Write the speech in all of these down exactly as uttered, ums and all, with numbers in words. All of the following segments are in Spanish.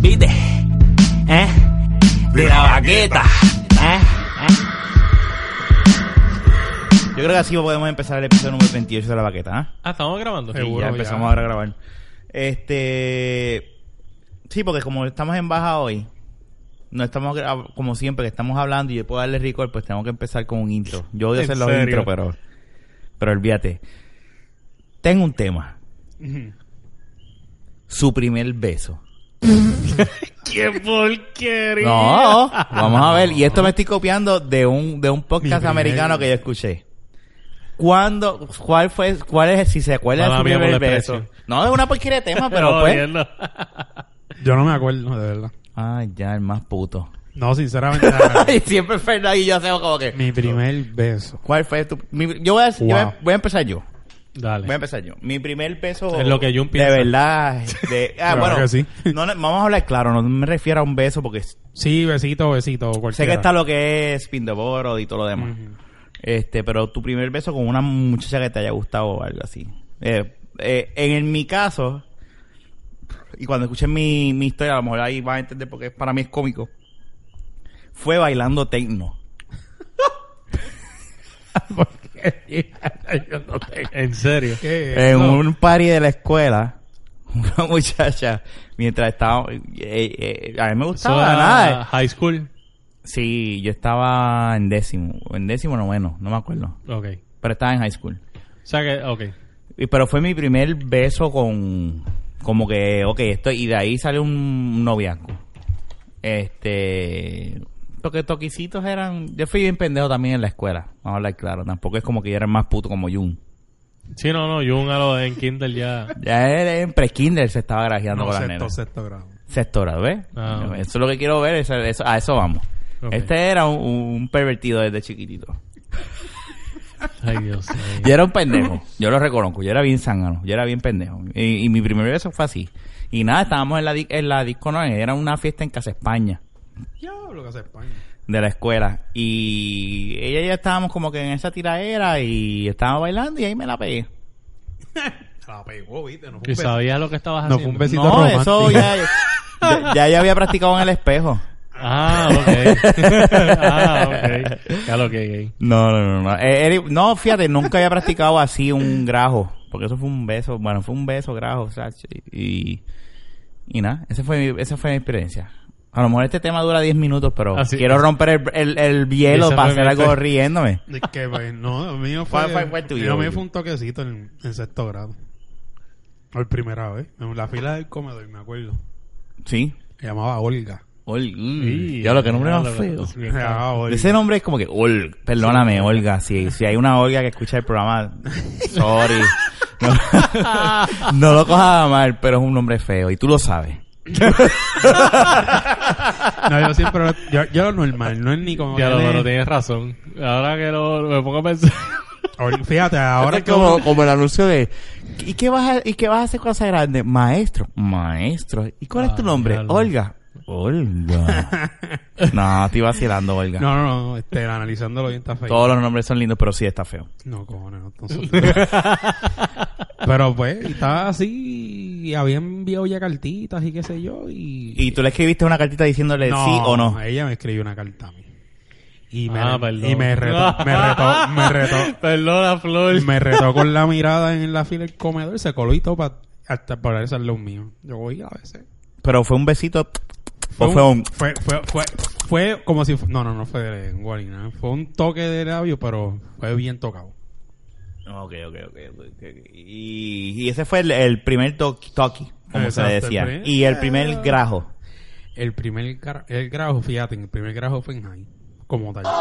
¿Viste? ¿Eh? De la baqueta. ¿Eh? ¿Eh? Yo creo que así podemos empezar el episodio número veintiocho de la baqueta. ¿eh? Ah, estamos grabando. Sí, Seguro, ya empezamos ya. ahora a grabar. Este... Sí, porque como estamos en baja hoy, no estamos gra- como siempre que estamos hablando y yo puedo darle record, pues tenemos que empezar con un intro. Yo odio hacer los intros, pero... Pero olvídate. Tengo un tema. Uh-huh. Su primer beso. ¡Qué porquería! No, vamos a ver. Y esto me estoy copiando de un de un podcast americano que yo escuché. ¿Cuándo? ¿Cuál fue? ¿Cuál es? Si se acuerda de su primer beso. No, es una porquería de tema, pero pues... Yo no me acuerdo, de verdad. Ay, ya, el más puto. No, sinceramente. Y siempre Fernando y yo hacemos como que... Mi primer beso. ¿Cuál fue tu...? Mi, yo, voy a, wow. yo voy, a, voy a empezar yo. Dale. Voy a empezar yo. Mi primer beso... Es lo que yo pienso. De verdad. De, ah, claro bueno. Que sí. no, no, vamos a hablar claro. No me refiero a un beso porque... Sí, besito, besito. Cualquiera. Sé que está lo que es Spin the Bottle y todo lo demás. Uh-huh. Este, pero tu primer beso con una muchacha que te haya gustado o algo así. Eh, eh, en, en mi caso... Y cuando escuchen mi, mi historia, a lo mejor ahí van a entender porque para mí es cómico. Fue bailando techno. ¿En serio? En no. un party de la escuela, una muchacha, mientras estaba... Eh, eh, a mí me gustaba so, nada. Uh, high school. Sí, yo estaba en décimo. En décimo noveno, no me acuerdo. Okay. Pero estaba en high school. O sea que, ok. Y, pero fue mi primer beso con... Como que, ok, esto... Y de ahí salió un noviazgo. Este... Porque toquicitos eran... Yo fui bien pendejo también en la escuela. Vamos a hablar claro. Tampoco es como que yo era más puto como Jun. Sí, no, no. Jun a lo en kinder ya... Ya en pre-kinder se estaba grajeando no, con las sexto, nenas. sexto grado. Sexto grado, ¿ves? Ah, eso es lo que quiero ver. Eso, eso, a eso vamos. Okay. Este era un, un pervertido desde chiquitito. Ay, Dios mío. Yo era un pendejo. Yo lo reconozco. Yo era bien zángano. Yo era bien pendejo. Y, y mi primer beso fue así. Y nada, estábamos en la, en la disco, no, era una fiesta en Casa España. Diablo, Casa España. De la escuela. Y ella y yo estábamos como que en esa tiraera y estábamos bailando y ahí me la pegué. Se la pegó, ¿viste? No fue ¿Y sabías lo que estabas no haciendo? Fue un besito no, romántico. Eso ya, ya, ya yo había practicado en el espejo. Ah, ok. ah, ok. Ya lo que gay. No, no, no. No. Eh, Eric, no, fíjate, nunca había practicado así un grajo. Porque eso fue un beso. Bueno, fue un beso, grajo, ¿sabes? Y, y nada, esa fue, mi, esa fue mi experiencia. A lo mejor este tema dura diez minutos, pero ah, sí. quiero romper el, el, el hielo para hacer algo fe. riéndome. Es que, pues, no, el mío fue... fue, fue tuyo, el mío fue un toquecito en, en sexto grado. Por primera vez. En la fila del comedor, me acuerdo. ¿Sí? Se llamaba Olga. Olga. Sí, ya lo que nombre más feo. Olga. Ese nombre es como que Olga. Perdóname, sí, Olga. Si, si hay una Olga que escucha el programa, sorry. No, no lo cojas mal, pero es un nombre feo y tú lo sabes. No, yo siempre yo, yo lo normal, no es ni como ya lo bueno, tienes razón. Ahora que lo, me pongo a pensar. Fíjate, ahora es como, como el anuncio de ¿y qué vas a, y qué vas a hacer cuando seas grande? Maestro, maestro. ¿Y cuál ah, es tu nombre? Diablo. Olga. Olga. No, estoy vacilando, Olga. No, no, no, este, analizándolo bien está feo. Todos los nombres son lindos, pero sí está feo. No, cojones, no, no son Pero pues, estaba así y había enviado ya cartitas y qué sé yo y... ¿Y tú le escribiste una cartita diciéndole no, sí o no? Ella me escribió una carta a mí. Y me, ah, perdón. y me retó, me retó, me retó. Perdona, Flor. Me retó con la mirada en la fila del comedor, se coló y todo para, hasta para eso es lo mío. Yo voy a veces. Pero fue un besito... Fue, ¿O un, fue un...? Fue, fue, fue, fue como si... No, no, no fue de lengua ni nada. Fue un toque de labio, pero fue bien tocado. Ok, ok, ok. okay. Y, y ese fue el, el primer toqui, toqui como Exacto, se decía. El primer, y el primer eh, grajo. El primer el grajo, fíjate, el primer grajo fue en high, como tal.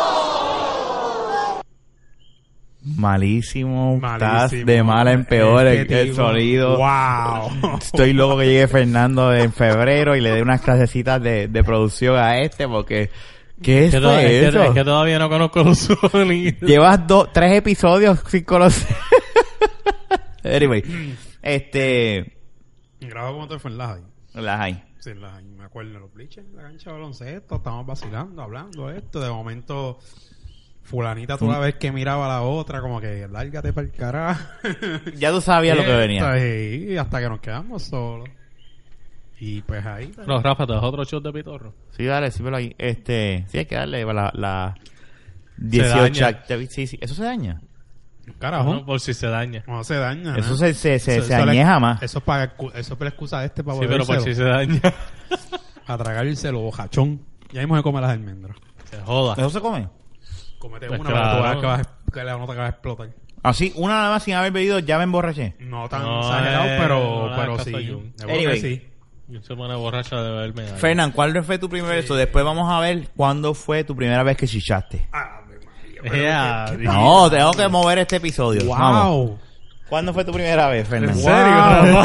Malísimo, Malísimo. Estás de mala en peor el, el, el sonido. Wow. Estoy loco que llegue Fernando en febrero y le dé unas clasecitas de, de producción a este porque ¿qué es, que fue to- es eso? Que, es que todavía no conozco los sonidos. Llevas dos, tres episodios sin conocer. Anyway, este grabado como te fue en la high. En la high. Sí, en la high. Me acuerdo en los bleachers, en la cancha de baloncesto, estábamos vacilando, hablando de esto, de momento fulanita tú la ves que miraba a la otra como que lárgate para el carajo. Ya tú sabías lo que venía. Y hasta que nos quedamos solos. Y pues ahí... No, Rafa, ¿te das otro shot de pitorro? Sí, dale, sí, pero ahí. Este, sí, hay que darle la, la Se dieciocho. daña. Sí, sí, eso se daña. Carajo. No, por si se daña. No se daña. Eso ¿no? se, se, se, Eso- se eso le- añeja más. Eso es para excu- eso es la excusa de este para Sí, pero por si se daña. a tragárselo, bojachón. Ya mismo se come las almendras. Se joda. ¿Eso se come? Comete Pues una claro. para que tú veas que, vas a- que la nota que va a explotar. Así, una nada más sin haber bebido, ya me emborraché. No tan No, exagerado, eh, pero, no le hagas pero caso sí. a Jun. Seguro Anyway. que sí. Yo se pone borracha de beberme algo. Fernán, ¿cuál fue tu primer beso? Después vamos a ver cuándo fue tu primera vez que chichaste. Ave María, pero Ea, qué- qué- No, tengo que mover este episodio. Vamos. Wow. ¿Cuándo fue tu primera vez, Fernán? ¿En serio?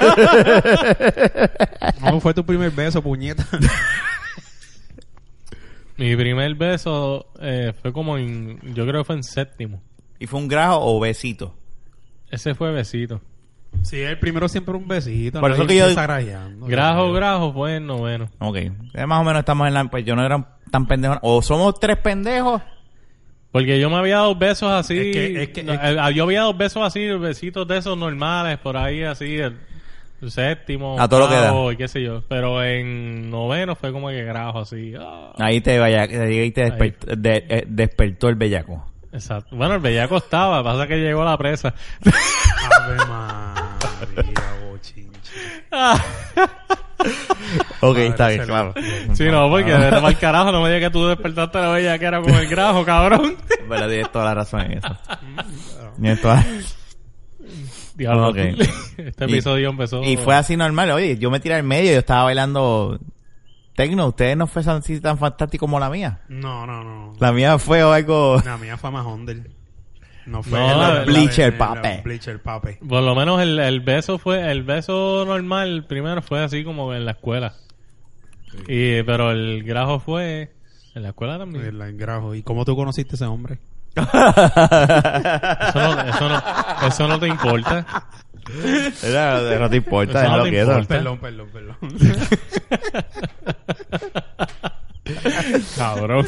¿Cómo fue tu primer beso, puñeta? Mi primer beso eh, fue como en... Yo creo que fue en séptimo. ¿Y fue un grajo o besito? Ese fue besito. Sí, el primero siempre un besito. Por no eso hay que yo- empieza grajeando. Grajo, grajo fue en noveno. Ok. Eh, Más o menos estamos en la... Pues yo no era tan pendejo. O somos tres pendejos. Porque yo me había dado besos así... Es que- es que- no, es que- eh, yo había dado besos así, besitos de esos normales, por ahí así, el, el séptimo, A todo lo que da. octavo, y qué sé yo. Pero en noveno fue como que grajo así. ah. Ahí te vaya, ahí te despert- de- eh, despertó el bellaco. Exacto. Bueno, el bellaco estaba, pasa que llegó la presa. Ave María, bochinche. Ok, Madre está bien, celeste. claro. Sí, no, porque de tomar carajo, no me digas que tú despertaste a la bella que era con el grajo, cabrón. Pero tienes toda la razón en eso. Tienes toda- Diablo, Ok. este Y- episodio empezó... Y fue así normal. Oye, yo me tiré al medio, yo estaba bailando tecno. Ustedes no fue así tan fantástico como la mía. No, no, no. La mía fue algo... La mía fue más Onder. No fue No, la, el Bleacher la- Pape. la Bleacher Pape. Por lo menos el, el beso fue... El beso normal primero fue así como en la escuela. Y Pero el grajo fue... En la escuela también. El, el grajo. ¿Y cómo tú conociste a ese hombre? Eso no, eso no, eso no te importa. Era- no te importa, Eso no déjalo te quieto. importa. Perdón, perdón, perdón. Cabrón.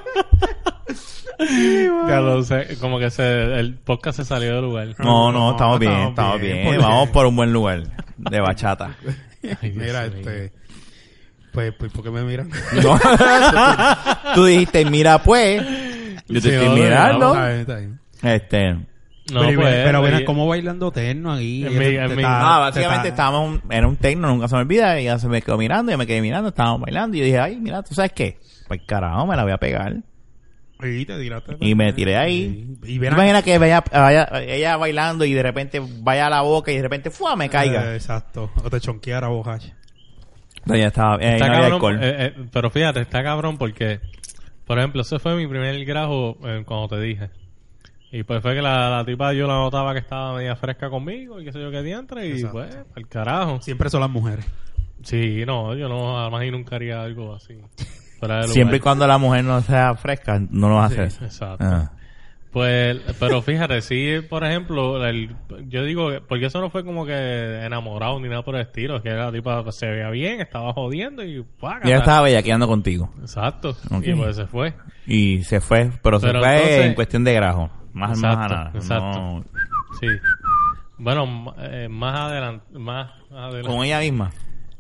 Ya lo sé, como que se, el podcast se salió del lugar. No, no, No, estamos bien, estamos estamos bien, bien. porque- Vamos por un buen lugar de bachata. Ay, Dios Mira, mío. este... Pues, pues, ¿por qué me miran? No. Tú dijiste, mira pues, yo te Sí, estoy no, mirando. Está bien, está bien. Este... No, pero, pues, pero verás oye, como bailando terno ahí. En ella mi- te- en te mi- está- Ah, básicamente te está- estábamos, un- era un tecno, nunca se me olvida, y ella se me quedó mirando, yo me quedé mirando, estábamos bailando, y yo dije, ay, mira, ¿tú sabes qué? Pues carajo, me la voy a pegar. Y te tiraste. Y me tiré ahí. Y, y ¿Tú verás- imaginas que vaya, vaya- ella bailando y de repente vaya a la boca y de repente, ¡fua!, me caiga. Eh, exacto. O te chonqueara bojacha. No, ya estaba, eh, está no había cabrón, alcohol. eh, eh, pero fíjate, está cabrón porque, por ejemplo, ese fue mi primer grajo eh, cuando te dije. Y pues fue que la, la tipa yo la notaba que estaba media fresca conmigo y qué sé yo qué diantre y Exacto. pues, al carajo. Siempre son las mujeres. Sí, no, yo no, jamás y nunca haría algo así. fuera de lugar. Siempre y cuando la mujer no sea fresca, no lo va a hacer. Sí, Exacto. Ah. Pues, pero fíjate, sí, por ejemplo, el, yo digo, porque eso no fue como que enamorado ni nada por el estilo, es que la tipa pues, se veía bien, estaba jodiendo y ¡págata! Y ella estaba bellaqueando contigo. Exacto. Ok. Y pues se fue. Y se fue, pero, Pero se fue entonces- en cuestión de grajo. Más, más Exacto, a nada. exacto. No- Sí. Bueno, m- eh, más adelante, más adelante. con ella misma.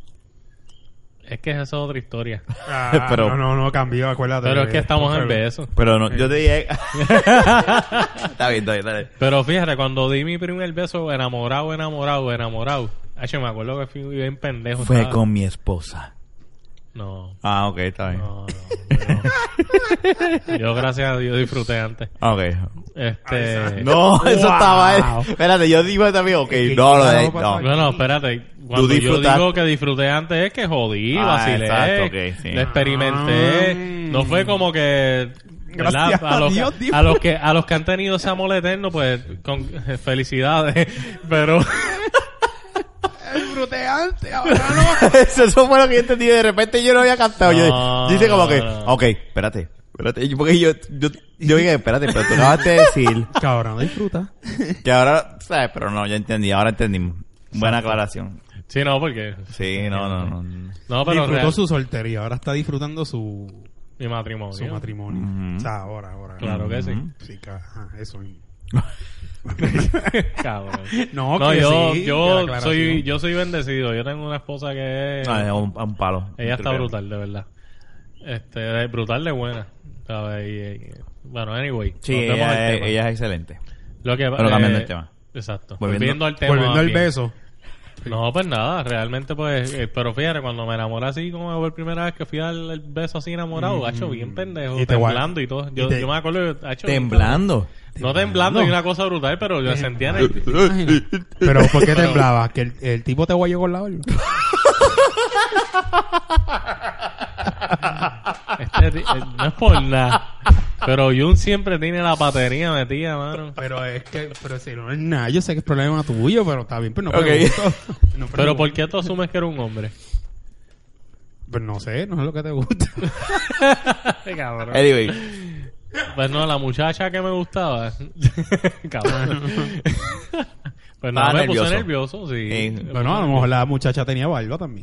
Es que esa es otra historia. Ah, Pero- no, no, no, cambió, acuérdate. Pero es que estamos en Pero- beso. Pero no, yo te dije... Está bien, está bien, está bien. Pero fíjate, cuando di mi primer beso, enamorado, enamorado, enamorado. Ay, yo me acuerdo que fui bien pendejo. Fue estaba- con mi esposa. No. Ah, ok, está bien. No, no, no. Yo, gracias a Dios, disfruté antes. Ok. Este... No, eso Wow. estaba... Espérate, yo digo también, ok, ¿Qué- no, qué lo de... carajo No. pasó No, no, espérate. Cuando yo disfrutas- digo que disfruté antes es que jodí, Ah, vacilé, exacto, ok, sí. lo experimenté. Ah. No fue como que... ¿verdad? Gracias a, los, a Dios, que- Dios. a los que a los que han tenido ese amor eterno, pues con felicidades. Pero Disfruté antes, ahora no. eso, eso fue lo que yo entendí. De repente yo no había cantado. No, yo dice como que, no. ok, espérate, espérate. Porque yo, yo, yo dije, espérate, pero tú acabaste de decir Cabrón, disfruta. que ahora, ¿sabes? Pero no, ya entendí, ahora entendimos. Buena aclaración. sí, no, porque Sí, no, no, no. no, pero Disfrutó real- su soltería, ahora está disfrutando su, mi matrimonio. su matrimonio. Ujú. O sea, ahora, ahora. Claro que sí. Ujú. Sí, ca- ajá, eso mismo. Cabrón. No, No, que yo, sí, yo que la aclaración. soy, yo soy bendecido. Yo tengo una esposa que es... No, es un, un palo. Ella está Creo. brutal, de verdad. Este, es brutal de buena. ¿Sabes? Y, y- bueno, anyway. Sí, volvemos al ella, es- tema. ella es excelente. Lo que, Pero eh, cambiando el tema. Exacto. Volviendo- Volviendo, al tema. Volviendo al bien. beso. No, pues nada, realmente pues, eh, pero fíjate, cuando me enamoré así como por primera vez que fui al al beso así enamorado, ha hecho bien pendejo, Y te temblando guay- y todo. y Yo, te- yo me acuerdo, ha hecho bien Temblando. No temblando, y una cosa brutal, pero yo sentía en el... Pero ¿por qué temblaba? ¿Que el, el tipo te guayó con la barba? Este ti- eh, no es por nada. Pero Jun siempre tiene la batería metida, mano. Pero es que, pero si no es nada, yo sé que es problema tuyo, pero está bien, pero no Ok. pregunto. No Pero pregunto. ¿por qué tú asumes que era un hombre? Pues no sé, no es lo que te gusta. Cabrón. Anyway. Pues no, la muchacha que me gustaba. Cabrón. Pues Estaba nada, me puse nervioso. nervioso, sí. Eh, Bueno, a lo mejor la muchacha tenía barba también.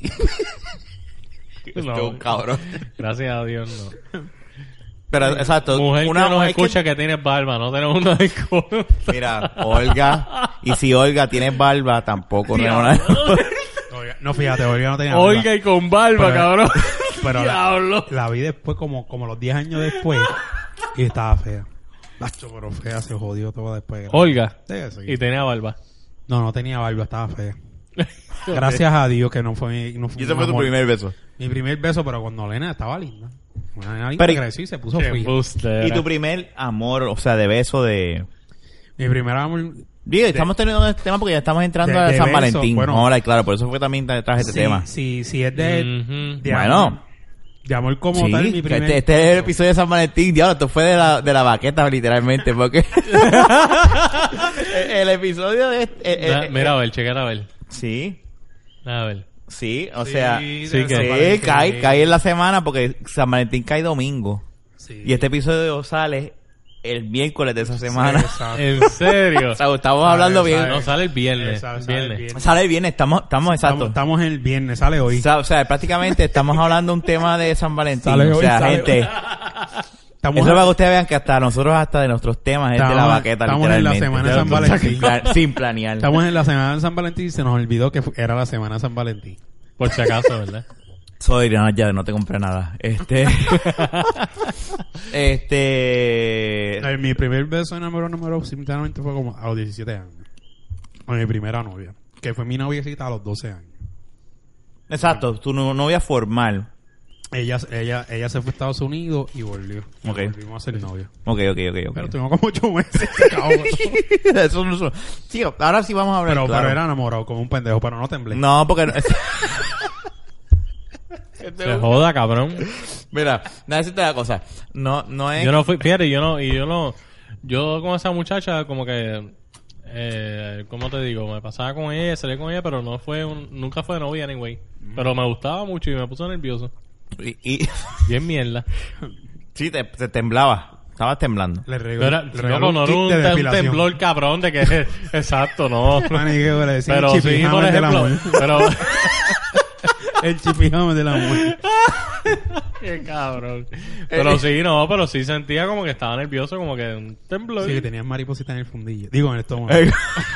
No. Este es un cabrón. Gracias a Dios, no. Pero, exacto. Mujer una que nos es que- escucha que, tiene barba, no tenemos una disco. Mira, Olga. Y si Olga tiene barba, tampoco. No es una... Oiga, no, fíjate, Olga no tenía barba. Olga y con barba, Pero- cabrón. Pero la, Diablo. la vi después, como, como los diez años después, y estaba fea. Macho, pero fea, se jodió todo después. Olga. Sí, sí. Y tenía barba. No, no tenía barba, estaba fea. Gracias a Dios que no fue mi, no fue Y ese un fue tu amor. primer beso. Mi primer beso, pero cuando Lena estaba linda. Una nena linda Pero- que crecí, se puso Qué fea. embustera. Y tu primer amor, o sea, de beso de... Mi primer amor... Digo, estamos teniendo este tema porque ya estamos entrando de- a de San beso, Valentín. bueno. Ahora, claro, por eso fue también tra- traje este Sí, tema. sí, sí, es de... Ujú. de Bueno. amor, de amor como Sí, tal, mi que primer... este, este es el episodio de San Valentín. Diablo, esto fue de la, de la baqueta, literalmente, porque... el, el episodio de... este- eh, Da- eh, Mira, a eh, ver, chequera a ver. sí, A ver. sí, o Sí, sea... de sí que- San Sí, Valentín. cae, cae en la semana porque San Valentín cae domingo. Sí. Y este episodio sale el miércoles de esa semana. Sí, exacto. ¿En serio? O sea, estamos Sabe, hablando sabe. bien. No, sale el viernes. Sale- sale el viernes. viernes. Sale el viernes, estamos, estamos Estamos, exactos. estamos en el viernes, sale hoy. O sea, o sea, prácticamente estamos hablando un tema de San Valentín. Sale o hoy, sea, sale gente, Estamos, eso es para que ustedes vean que hasta nosotros, hasta de nuestros temas, es de la Estamos- baqueta, estamos en la literalmente. semana de Ya San tú sabes, Valentín. plan- Sin planear. estamos en la semana de San Valentín y se nos olvidó que fu- era la semana de San Valentín. Por si acaso, ¿verdad? Soy no, ya no te compré nada. Este... este... Eh, Mi primer beso enamorado, enamorado, simultáneamente fue como a los diecisiete años. Con mi primera novia. Que fue mi noviecita a los doce años. Exacto, tu no- novia formal. Ella, ella, ella se fue a Estados Unidos y volvió. Y Ok. volvimos a ser novios. Ok, ok, ok, ok. Pero tuvimos como ocho meses. cabrón. Eso no son- Sí, ahora sí vamos a hablar. pero, claro. pero era enamorado como un pendejo, pero no temblé. No, porque... Se joda, cabrón. Mira, nada, decirte la cosa. No, no es... Yo no fui, fíjate, yo no, y yo no, yo con esa muchacha como que, eh, ¿cómo te digo? Me pasaba con ella, salí con ella, pero no fue, un, nunca fue novia, anyway. Pero me gustaba mucho y me puso nervioso. Y, y- Bien mierda. sí, te, te temblaba. Estabas temblando. Le regaló, Pero era, le no, regaló no un era kit un, de te- un depilación. temblor cabrón de que, exacto, no. Man, y que le decían Pero el sí, chipijama por del ejemplo, amor. pero, El chipijama del amor. qué cabrón. Pero sí, no, pero sí sentía como que estaba nervioso, como que un temblor. Sí, que tenías mariposita en el fundillo. Digo, en el estómago. Eh,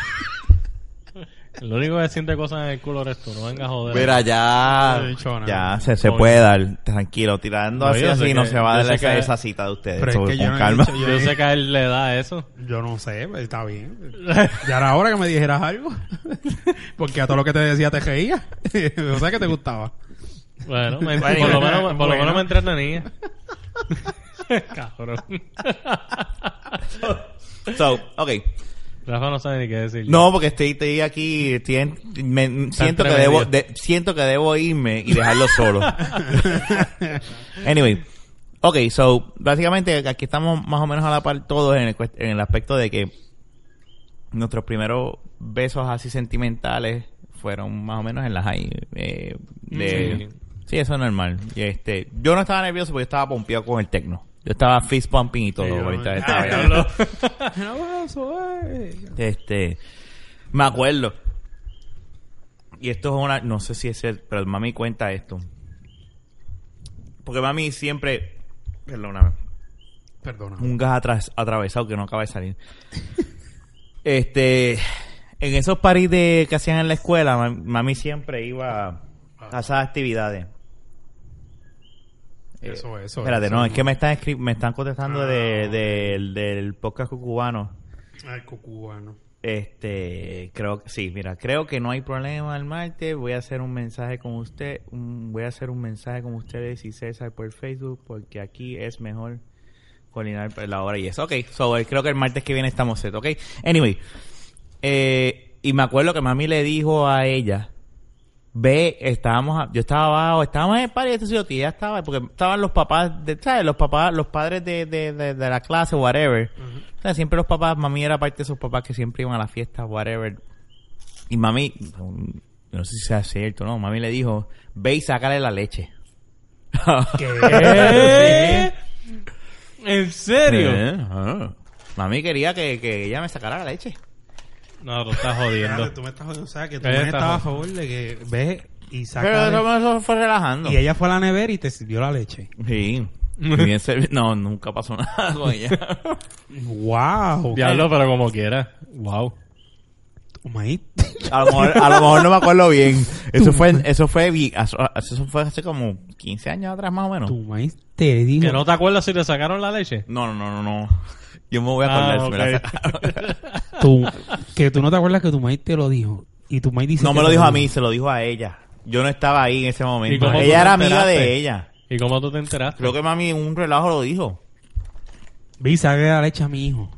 Lo único que siente cosas en el culo eres tú, no vengas a joder. Mira, ya... No he dicho nada. Ya, se, se Oye. puede dar. Tranquilo, tirando No, así, yo sé así, no que- se va a yo dar sé esa, que- esa cita de ustedes. Pero es so, que yo con no he calma. dicho- Yo sé que a él le da eso. Yo no sé, pues, está bien. Ya era hora que me dijeras algo. Porque a todo lo que te decía te reía. O sea que te gustaba. Bueno, me- Bueno, por, lo menos, por lo bueno. menos me entretenía. Cabrón. So, ok. Rafa no sabe ni qué decir. No, porque estoy, estoy aquí, estoy en- me- siento que entre debo, medio. de- siento que debo irme y dejarlo solo. Anyway, ok, so, básicamente aquí estamos más o menos a la par todos en el, cuest- en el aspecto de que nuestros primeros besos así sentimentales fueron más o menos en las high. Eh, de, Sí. sí. eso es normal. Y este, yo no estaba nervioso porque yo estaba pompeado con el techno. Yo estaba fist pumping y todo. Sí, yo- ahorita Ah, estaba bien. Diablo. Este, me acuerdo. Y esto es una, no sé si es el, pero mami cuenta esto. Porque mami siempre, perdóname, Perdona. un gas atras- atravesado que no acaba de salir. Este, en esos paris de, que hacían en la escuela, mam- mami siempre iba a, a esas actividades. Eso, Eh, eso. Espérate, eso, no, es que me están, escri- me están contestando Ah, de, ok. del- del podcast cubano. Ay, cubano. Este, creo que sí, mira, creo que no hay problema el martes. Voy a hacer un mensaje con usted, un- voy a hacer un mensaje con ustedes y César por Facebook, porque aquí es mejor coordinar la hora y eso. Ok, so, eh, creo que el martes que viene estamos set, ok. Anyway, eh, y me acuerdo que mami le dijo a ella, ve, estábamos, a- yo estaba abajo, estábamos en el party, esto sí, yo, tía, ya estaba, porque estaban los papás, de, ¿sabes? Los papás, los padres de, de, de, de la clase, whatever. O sea, siempre los papás, mami era parte de esos papás que siempre iban a las fiestas, whatever. Y mami, no sé si sea cierto, ¿no? Mami le dijo, ve y sácale la leche. ¿Qué? ¿En serio? Eh, ah. Mami quería que, que ella me sacara la leche. No, tú estás jodiendo. Espérate, tú me estás jodiendo. O sea, que tú Ella me está estabas a jodiendo. favor de que ves y Pero saca. eso, eso fue relajando. Y ella fue a la nevera y te sirvió la leche. Sí. Bien servi- no, nunca pasó nada con ella. ¡Wow! Diablo, pero como quiera. Wow. Maíz. A lo mejor, a lo mejor no me acuerdo bien. Eso fue, eso fue, vi- eso eso fue hace como quince años atrás más o menos. Tu maíz te dijo. ¿Que no te acuerdas si te sacaron la leche? No, no, no, no, no. Yo me voy a acordar Ah, si me la ok. sacaron. tú, que tú no te acuerdas que tu maíz te lo dijo. Y tu maíz dice. No me que lo te dijo a mí, se lo dijo a ella. Yo no estaba ahí en ese ¿Y momento. cómo tú Ella te era amiga enteraste? de ella. ¿Y cómo tú te enteraste? Creo que mami en un relajo lo dijo. Vi, saque la leche a mi hijo.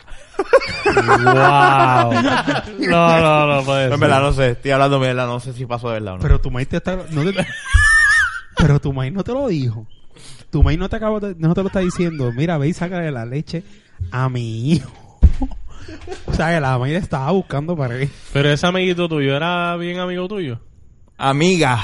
Wow. No, no, no puede En ser. verdad no sé, estoy hablando de verdad, no sé si pasó de verdad o no. Pero tu maíz te está. No te, pero tu maíz no te lo dijo. Tu maíz no te acabó de- no te lo está diciendo. Mira, ve y sácale la leche a mi hijo. O sea, que la maíz le estaba buscando para él. Pero ese amiguito tuyo era bien amigo tuyo. Amiga.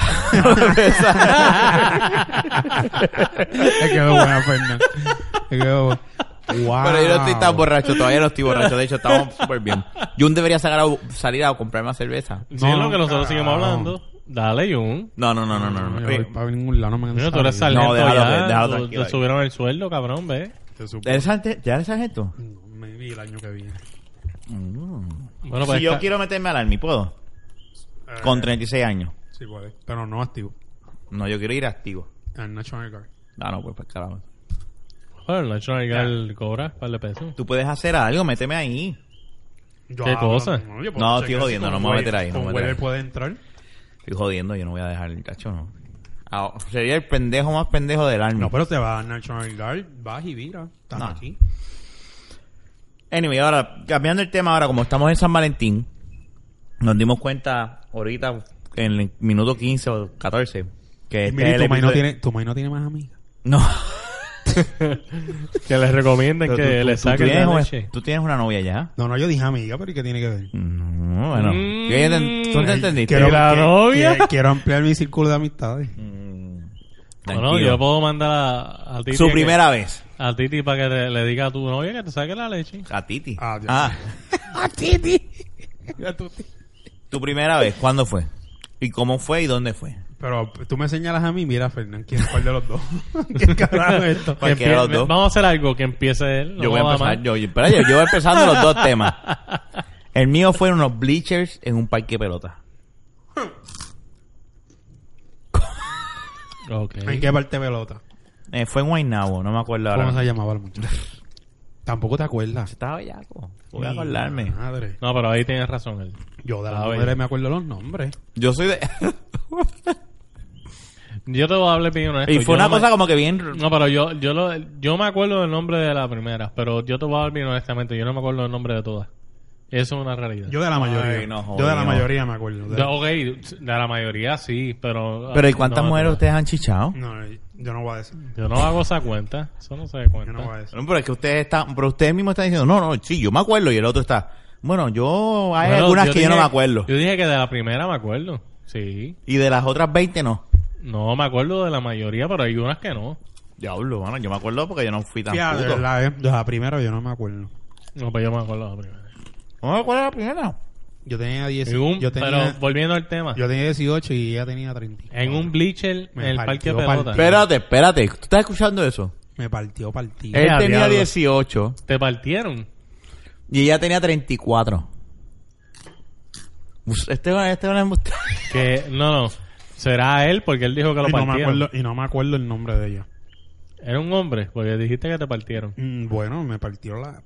Me quedó buena, Fernando. Me quedó buena. Wow. Pero yo no estoy tan borracho, todavía no estoy borracho. De hecho, estamos súper bien. Jun debería sacar a- salir a comprar más cerveza. Sí, es lo que nosotros carajo. seguimos hablando. Dale, Jun. No, no, no, no, no. no. No voy para ningún lado, no me Mira, tú eres salido. sargento No, déjalo, ya. déjalo Tú- tranquilo te ahí. subieron el sueldo, cabrón, ve. Se supo. ¿Eres sargento? ¿Ya eres sargento? No, me vi el año que viene. Bueno, pues si yo esta- quiero meterme al Army, ¿puedo? Con Eh, treinta y seis años. Sí, puede. Pero no activo. No, yo quiero ir activo. Al National Guard. No, no, pues, pues carajo. Joder, el National Guard cobra un par de pesos. Tú puedes hacer algo, méteme ahí. Yo ¿Qué hablo- cosa? yo puedo No, chequear estoy si jodiendo, con no me voy a Weller- meter ahí, no Con me voy a meter Weller ahí. puede entrar. Estoy jodiendo, yo no voy a dejar el cacho, no. Ah, sería el pendejo más pendejo del Army. No, pero te vas al National Guard, vas y vira. Estás No. aquí. Anyway, ahora, cambiando el tema, ahora como estamos en San Valentín, nos dimos cuenta ahorita, en el minuto quince o catorce, que Y este mira, es y el tu maíz no episodio- tiene, tu maíz no tiene más amigas. No. Que les recomienden Pero que tú- tú- le tú saquen tienes la una- leche. Tú tienes una novia ya. No, no, yo dije amiga, pero ¿y qué tiene que ver? No, bueno. Mm. ¿Qué te- ¿Tú te entendiste? Quiero- la que- novia? que- quiero ampliar mi círculo de amistades. Mm, Bueno, tranquilo. yo puedo mandar a, a Titi. Su que- primera vez. A Titi para que le, le diga a tu novia que te saque la leche. A Titi. Ah, ya. Ah, ¡A Titi! tu primera vez, ¿cuándo fue? ¿Y cómo fue y dónde fue? Pero tú me señalas a mí, mira, Fernán, ¿quién cuál de los dos? ¿Qué carajo es esto? Que Cualquiera de los empie- dos. Vamos a hacer algo que empiece él. no Yo voy a joda empezar, más. yo, yo- espera, yo, yo voy empezando los dos temas. El mío fue en unos bleachers en un parque de pelota. Ok. ¿En qué parte pelota? Eh, fue en Guaynabo, no me acuerdo ahora. ¿Cómo se llamaba el muchacho? Tampoco te acuerdas. Estaba bellaco. Voy a Mi acordarme. Madre. No, pero ahí tienes razón él. Yo de la Ah, mujer oye. me acuerdo los nombres. Yo soy de... Yo te voy a hablar bien honesto. y fue Yo una no me- cosa como que bien... No, pero yo yo lo, yo me acuerdo del nombre de la primera, pero yo te voy a hablar bien honestamente. Yo no me acuerdo del nombre de todas. Eso es una realidad. Yo de la mayoría. Ay, no, yo de la jodido. mayoría me acuerdo. De- De- ok, de la mayoría sí, pero... Pero ¿y cuántas no, mujeres no. ustedes han chichado? No, yo no voy a decir. Yo no hago esa cuenta. Eso no se da Yo cuenta. no voy a decir. No, pero es que ustedes están... Pero ustedes mismos están diciendo, no, no, sí, yo me acuerdo. Y el otro está... Bueno, yo... Hay Bueno, algunas que yo no dije- me acuerdo. Yo dije que de la primera me acuerdo. Sí. Y de las otras veinte no. No me acuerdo de la mayoría, pero hay unas que no. Diablo, bueno, yo me acuerdo porque yo no fui tan Ya, de puto. verdad, eh. De la primera yo no me acuerdo. No, pues yo me acuerdo de la primera. ¿No me acuerdo de la primera? Yo tenía diez. En un- yo tenía, pero volviendo al tema. yo tenía dieciocho y ella tenía treinta. En un bleacher Me en el parque partió de pelota. partido. Espérate, espérate. ¿Tú estás escuchando eso? Me partió partido. Eh, Él a tenía diablo. dieciocho. ¿Te partieron? Y ella tenía treinta y cuatro. Este, este no es Que, no, no. Será él porque él dijo que lo y, no me partieron. acuerdo, y no me acuerdo el nombre de ella. Era un hombre, porque dijiste que te partieron. Mm, bueno, me partió la...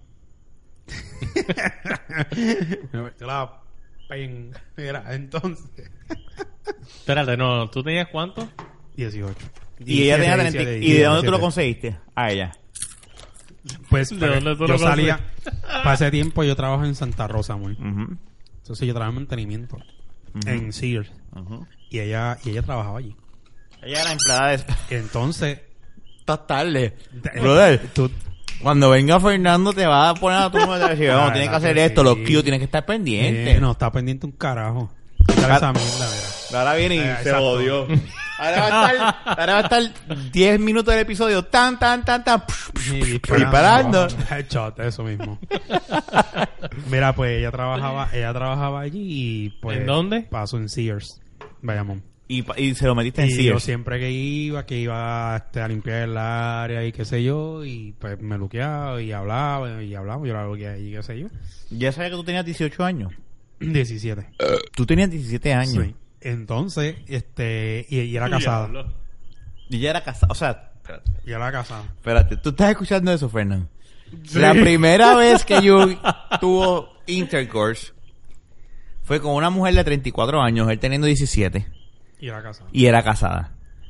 me partió la... pen. Mira, entonces... Espérate, no, ¿tú tenías cuánto? dieciocho. Y ella tenía treinta. ¿Y de dónde tú lo diecisiete. conseguiste? A ella. Pues ¿De dónde tú yo lo salía... Para ese tiempo yo trabajo en Santa Rosa, amor. Uh-huh. Entonces yo trabajaba en mantenimiento. Uh-huh. En Sears. Uh-huh. Y ella, y ella trabajaba allí. Ella era empleada de... Entonces... Estás tarde. Brother, Tú... cuando venga Fernando te va a poner a tu número y decir, vamos, Ah, tienes que que hacer sí. esto, los Q, tienes que estar pendiente. Eh, no, está pendiente un carajo. Quítale esa mierda, mira. Ahora viene y Eh, se exacto. jodió. Ahora va a estar, ahora va a estar diez minutos del episodio, tan, tan, tan, tan, Y disparando. Headshot, eso mismo. Mira, pues ella trabajaba, ella trabajaba allí y pues... ¿En dónde? Pasó en Sears. Bayamón. Y, pa- y se lo metiste en Y yo Sears. siempre que iba, que iba este, a limpiar el área y qué sé yo, y pues me luqueaba y hablaba y hablaba, yo la luqueaba y qué sé yo. Ya sabía que tú tenías dieciocho años. diecisiete. Tú tenías diecisiete años. Sí. Entonces, este, y, y era casada. Diablo. Y ya era casada. O sea, espérate, Y era casada. espérate, ¿tú estás escuchando eso, Fernando? La primera vez que yo tuvo intercourse fue con una mujer de treinta y cuatro años, él teniendo diecisiete, Y era casada. y era casada.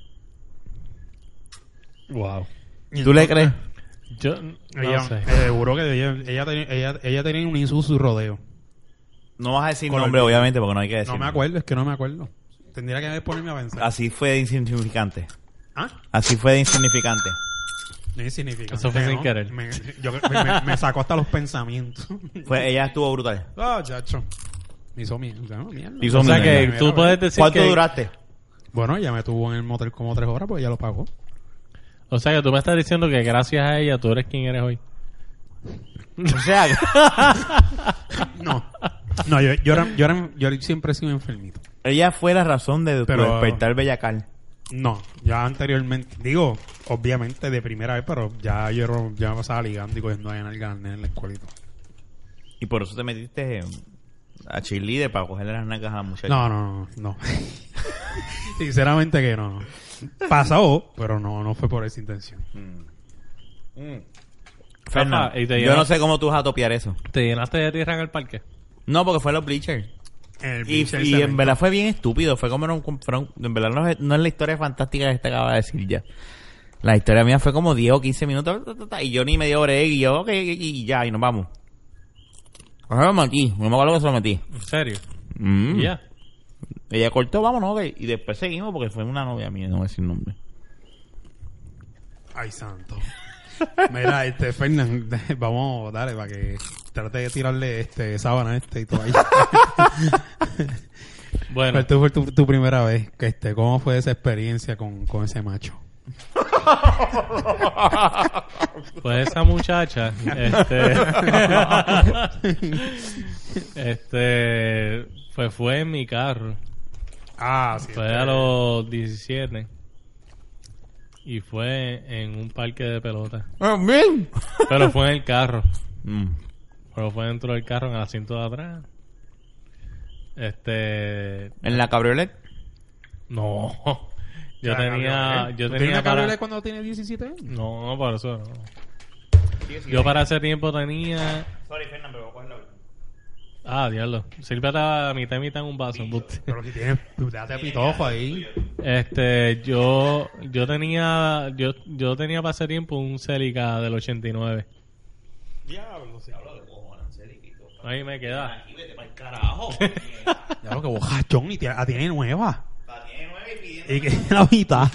Wow. ¿Tú le crees? Yo no Ella, sé. eh, seguro que ella, ella, tenía, ella, ella tenía un Isuzu Rodeo. No vas a decir Con nombre, el- obviamente, porque no hay que decir. No me acuerdo, es que no me acuerdo. Tendría que ponerme a pensar. Así fue de insignificante. ¿Ah? Así fue de insignificante. No es insignificante. Eso fue sin ¿no? querer. Me, yo, me, me- me sacó hasta los pensamientos. Fue, ella estuvo brutal. Ah, chacho. Me hizo mierda. No, mierda. Hizo O sea mierda. que Mira, tú mira, puedes decir ¿Cuánto que... duraste? Bueno, ella me tuvo en el motel como tres horas, pues ella lo pagó. O sea que tú me estás diciendo que gracias a ella tú eres quien eres hoy. O sea, No. No, yo, yo, era, yo, era, yo siempre he sido enfermito. ella fue la razón de tu Pero- despertar bellacal. No, ya anteriormente, digo, obviamente de primera vez, pero ya yo era- ya me pasaba ligando y cogiendo ahí en el gané en la escuelita. Y por eso te metiste a cheerleader para cogerle las nalgas a la muchacha. No, no, no, no. Sinceramente que no. Pasó, pero no, no fue por esa intención. Fernan, Rafa, y te yo llevas- no sé cómo tú vas a topiar eso. ¿Te llenaste de tierra en el parque? No, porque fue los bleachers. El Y, Bleacher y Cement. en verdad fue bien estúpido. Fue como... un- fueron- en verdad no es, no es la historia fantástica que te acaba de decir ya. La historia mía fue como diez o quince minutos. ta, ta, ta, y yo ni me dio break. Y yo, ok, y ya, y nos vamos. Ahora lo metí. No me acuerdo que se lo metí. ¿En serio? Mm. ¿Y ya? Ella cortó, vámonos, ok. Y después seguimos porque fue una novia mía, no voy a decir nombre. Ay, santo. Mira, este, Fernán, vamos, dale, para que trate de tirarle este sábana a este y todo ahí. Bueno, ¿Cuál tu- fue tu, tu primera vez? Que este, ¿cómo fue esa experiencia con, con ese macho? pues esa muchacha, este, este, pues fue en mi carro. Ah, sí. Fue a los diecisiete. Y fue en un parque de pelota. Ah, bien. Pero fue en el carro. Mm. Pero fue dentro del carro, en el asiento de atrás. Este... ¿En la cabriolet? No. Yo Ya, tenía... cabriolet. Yo ¿Tú tenía tenías para... cabriolet cuando tienes diecisiete años? No, no, por eso no. Yo para ese tiempo tenía... Sorry, Fernando, pero coge la Ah, diablo. Sírvete a mitad y mitad en un vaso. embuste. Pero si tienes, date pitojo ahí. Este, yo... Yo tenía... Yo, yo tenía para ese tiempo un Celica del ochenta y nueve. Diablo, sí. Ahí me queda. Aquí, vete para el carajo. Diablo, que bojachón. Y tiene, la tiene nueva. La tiene nueve y pidiendo. Y que la mitad.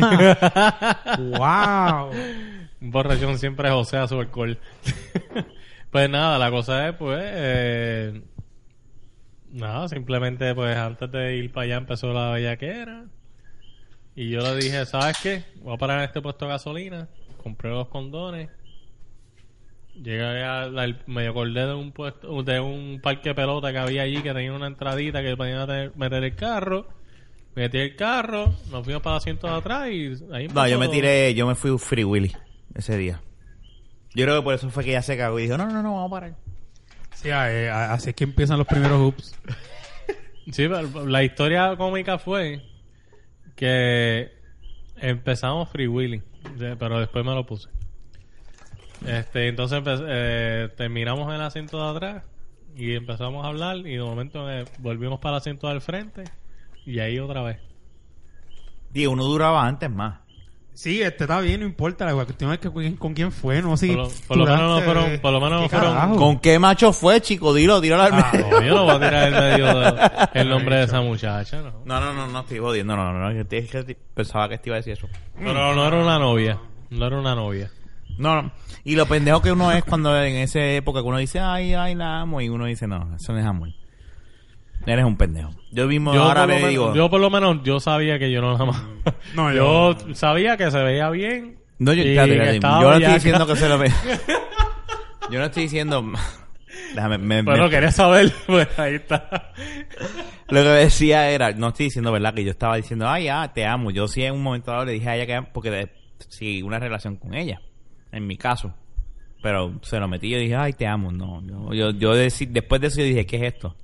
Wow. Un borrachón siempre es José a su alcohol. Pues nada, la cosa es, pues... Eh, nada, simplemente, pues, antes de ir para allá empezó la bellaquera. Y yo le dije, ¿sabes qué? Voy a parar en este puesto de gasolina. Compré los condones. Llegué a... la- me acordé de un puesto... De un parque de pelota que había allí, que tenía una entradita que podía tener- meter el carro. Metí el carro, nos fuimos para el asiento de atrás y ahí No, yo me empezó- tiré, yo me fui Free Willy ese día. Yo creo que por eso fue que ella se cagó y dijo, no, no, no, vamos a parar. Sí, eh, así es que empiezan los primeros hoops. Sí, pero la historia cómica fue que empezamos free wheeling, pero después me lo puse. Este, entonces eh, terminamos en el asiento de atrás y empezamos a hablar y de momento eh, volvimos para el asiento del frente y ahí otra vez. Y uno duraba antes más. Sí, este está bien, no importa. La cuestión es que con, con quién fue, no sé. Por lo, por lo menos no fueron, por lo menos no fueron. ¿Con qué macho fue, chico? Dilo, dilo al Ah, no, yo no voy a tirar el medio de, el nombre de esa muchacha, ¿no? No, no, no, no estoy jodiendo, no, no, no, no, que, que, pensaba que te iba a decir eso. Pero no era una novia, no era una novia. No, no. Y lo pendejo que uno es cuando en esa época que uno dice, ay, ay, la amo, y uno dice, no, eso no es amor. Eres un pendejo. Yo mismo Yo ahora por, lo me menos, digo... yo por lo menos yo sabía que yo no la amaba. No, yo, yo- sabía que se veía bien. No, yo, y espérate, que espérate, estaba yo no estoy bellaca. diciendo que se lo ve. Yo no estoy diciendo... Déjame, me, Pero me- quería saber, pues ahí está. Lo que decía era, no estoy diciendo verdad, que yo estaba diciendo, ay, ya, te amo. Yo sí en un momento dado le dije a ella que porque de, sí, una relación con ella, en mi caso. Pero se lo metí y yo dije, ay, te amo. No, yo, yo, yo deci- después de eso yo dije, ¿qué es esto?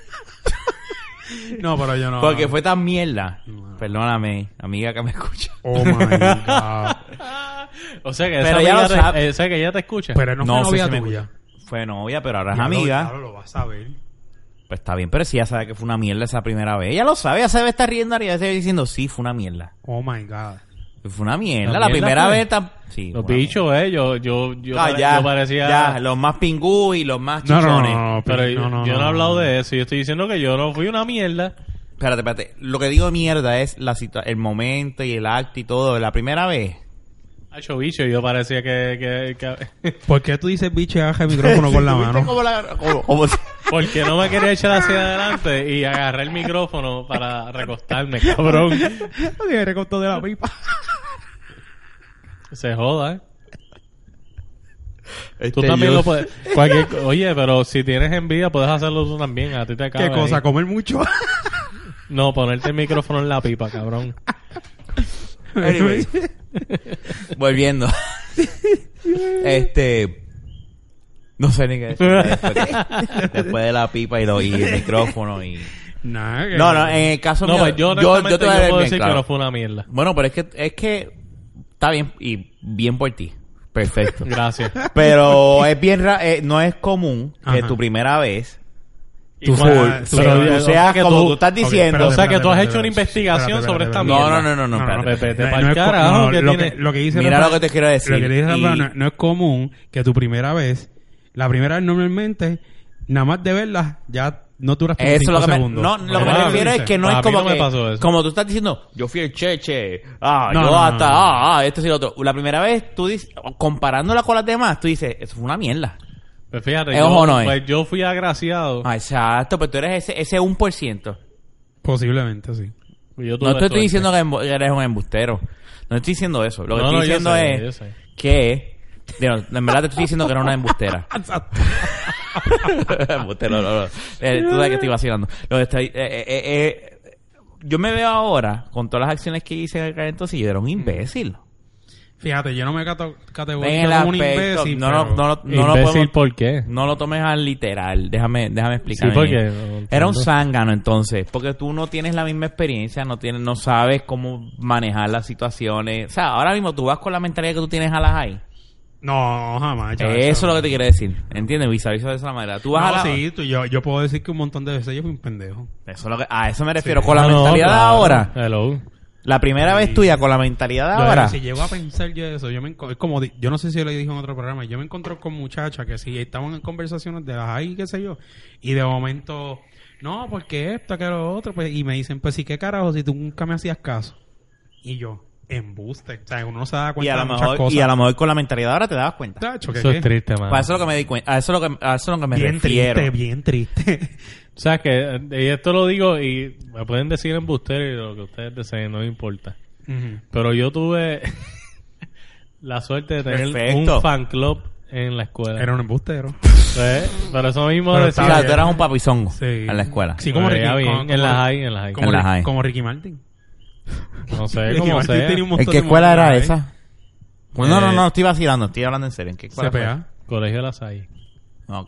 No, pero yo no. Porque fue tan mierda. No. Perdóname, amiga que me escucha. Oh my God. O sea que Pero esa ya amiga lo te, sabe. eh, o sea que ella te escucha. Pero no, No fue sé novia si me tuya. escucha. Fue novia, pero ahora es Ya lo- amiga. ya lo, lo vas a ver. Pues está bien, pero si ella sabe que fue una mierda esa primera vez. Ella lo sabe, ella se debe estar riendo y ella se debe diciendo, sí, fue una mierda. Oh my God. Fue una mierda. ¿La La, mierda primera fue? vez... Tam... Sí, Los fue una bichos, eh. Yo, yo, yo, Ah, pare- ya, yo parecía... ya, los más pingú y los más No, no, chichones. no, no, Pero no, no, yo no he no, hablado no. de eso. Yo estoy diciendo que yo no fui una mierda. Espérate, espérate. Lo que digo mierda es la situa- el momento y el acto y todo. de La primera vez. Hacho bicho, yo parecía que... que, que... ¿Por qué tú dices bicho y agarra el micrófono con la ¿Viste mano? cómo la- cómo- cómo se- Porque no me quería echar hacia adelante y agarré el micrófono para recostarme, cabrón. Me recortó de la pipa. Se joda, ¿eh? Este, Tú también yo- lo puedes... cualquier- Oye, pero si tienes envidia, puedes hacerlo tú también. A ti te cabe ¿Qué cosa? ahí. ¿Comer mucho? No, ponerte el micrófono en la pipa, cabrón. Anyway. Volviendo. este... No sé ni qué decir. Después, de- después de la pipa y, lo, y el micrófono y... Nah, que- No, no, en el caso No, mío... pues yo, yo, honestamente, yo te voy a yo dar puedo bien decir claro. que no fue una mierda. Bueno, pero es que... Es que... Está bien y bien por ti. Perfecto. Gracias. Pero es bien... ra- eh, no es común que Ajá. tu primera vez... Tú Tú seas- Tú, tú- pero- tú o seas sea que como tú- tú estás Ok, diciendo... o sea que tú has espérate, hecho una espérate, investigación espérate, sobre espérate, esta No, mierda. no, no, no, no, espérate. Vete No, pa'l no es co- carajo, no, que lo, tiene- que, lo que dice Mira Rafa- lo que te quiero decir. Lo que dice Rafa, Y- no, no es común que tu primera vez, la primera vez normalmente, nada más de verla, ya no duras como Eso es cinco lo que me, segundos. no, lo que me Mira, refiero es que no a es mí como no me que, pasó eso. como tú estás diciendo, yo fui el cheche, ah, No, yo no, hasta, no, no. ah, ah, esto y lo otro. La primera vez, tú dices, comparándola con las demás, tú dices, eso fue una mierda. Pues fíjate, ¿Es yo, ojo o no es? pues yo fui agraciado. Ah, exacto, pero tú eres ese, ese un por ciento. Posiblemente, sí. Y yo tuve No te estoy suerte. diciendo que embu- eres un embustero. No estoy diciendo eso. Lo que No, estoy no, yo diciendo sé, es yo sé. que, digo, en verdad te estoy diciendo que eres una embustera. Embustero, no, no. Eh, tú sabes que estoy vacilando. Lo que estoy, eh, eh, eh, eh, yo me veo ahora, con todas las acciones que hice en el entonces, yo era un imbécil. Fíjate, yo no me cato- En categorizo el como un aspecto, imbécil, no, no, pero- no, no, no lo Imbécil, podemos- ¿por qué? no lo tomes al literal. Déjame, déjame explicar. Sí, porque... no Era un entiendo. zángano entonces, porque tú no tienes la misma experiencia, no tienes, no sabes cómo manejar las situaciones. O sea, ahora mismo tú vas con la mentalidad que tú tienes a las high. No, jamás. chacho. Eso es lo que te quiero decir. ¿Entiendes? Visualizo de esa manera. Tú vas No, a la... sí, tú- yo, yo puedo decir que un montón de veces yo fui un pendejo. Eso es lo que... A eso me refiero. Sí. Con la Ah, no, mentalidad de claro. ahora. Hello. La primera Sí. vez tuya con la mentalidad de Yo, ahora. si llego a pensar yo eso, yo me enco- es como di- yo no sé si yo le dije en otro programa, yo me encontré con muchachas que sí estaban en conversaciones de las ahí, qué sé yo, y de momento, no, porque esto, que lo otro, pues, y me dicen, pues sí, qué carajo, si tú nunca me hacías caso. Y yo, embuste, o sea, uno no se da Y cuenta a, de lo muchas mejor, cosas. y a lo mejor con la mentalidad de ahora te dabas cuenta. Tacho, ¿qué Eso qué? es triste, man. Para eso es lo que me di cuenta. A eso es lo que, a eso es lo que me Bien refiero. triste, bien triste. O sea, que eh, y esto lo digo y me pueden decir embustero y lo que ustedes deseen, no me importa. Ujú. Pero yo tuve la suerte de tener Perfecto. un fan club en la escuela. Era un embustero. ¿Ves? Pero eso mismo Pero O decía... está sea, bien. tú eras un papizongo Sí. en la escuela. Sí, como Me Ricky, veía bien, como- en como- la high, en la high. Como, En la Ri- high. como Ricky Martin. No sé, Ricky cómo Martin sea. tenía un ¿En montón qué de escuela era monedas, ¿eh? esa? Pues no, no, Eh, no, estoy vacilando, estoy hablando en serio. ¿En qué escuela C P A. Colegio de las Salle. fue? Ok.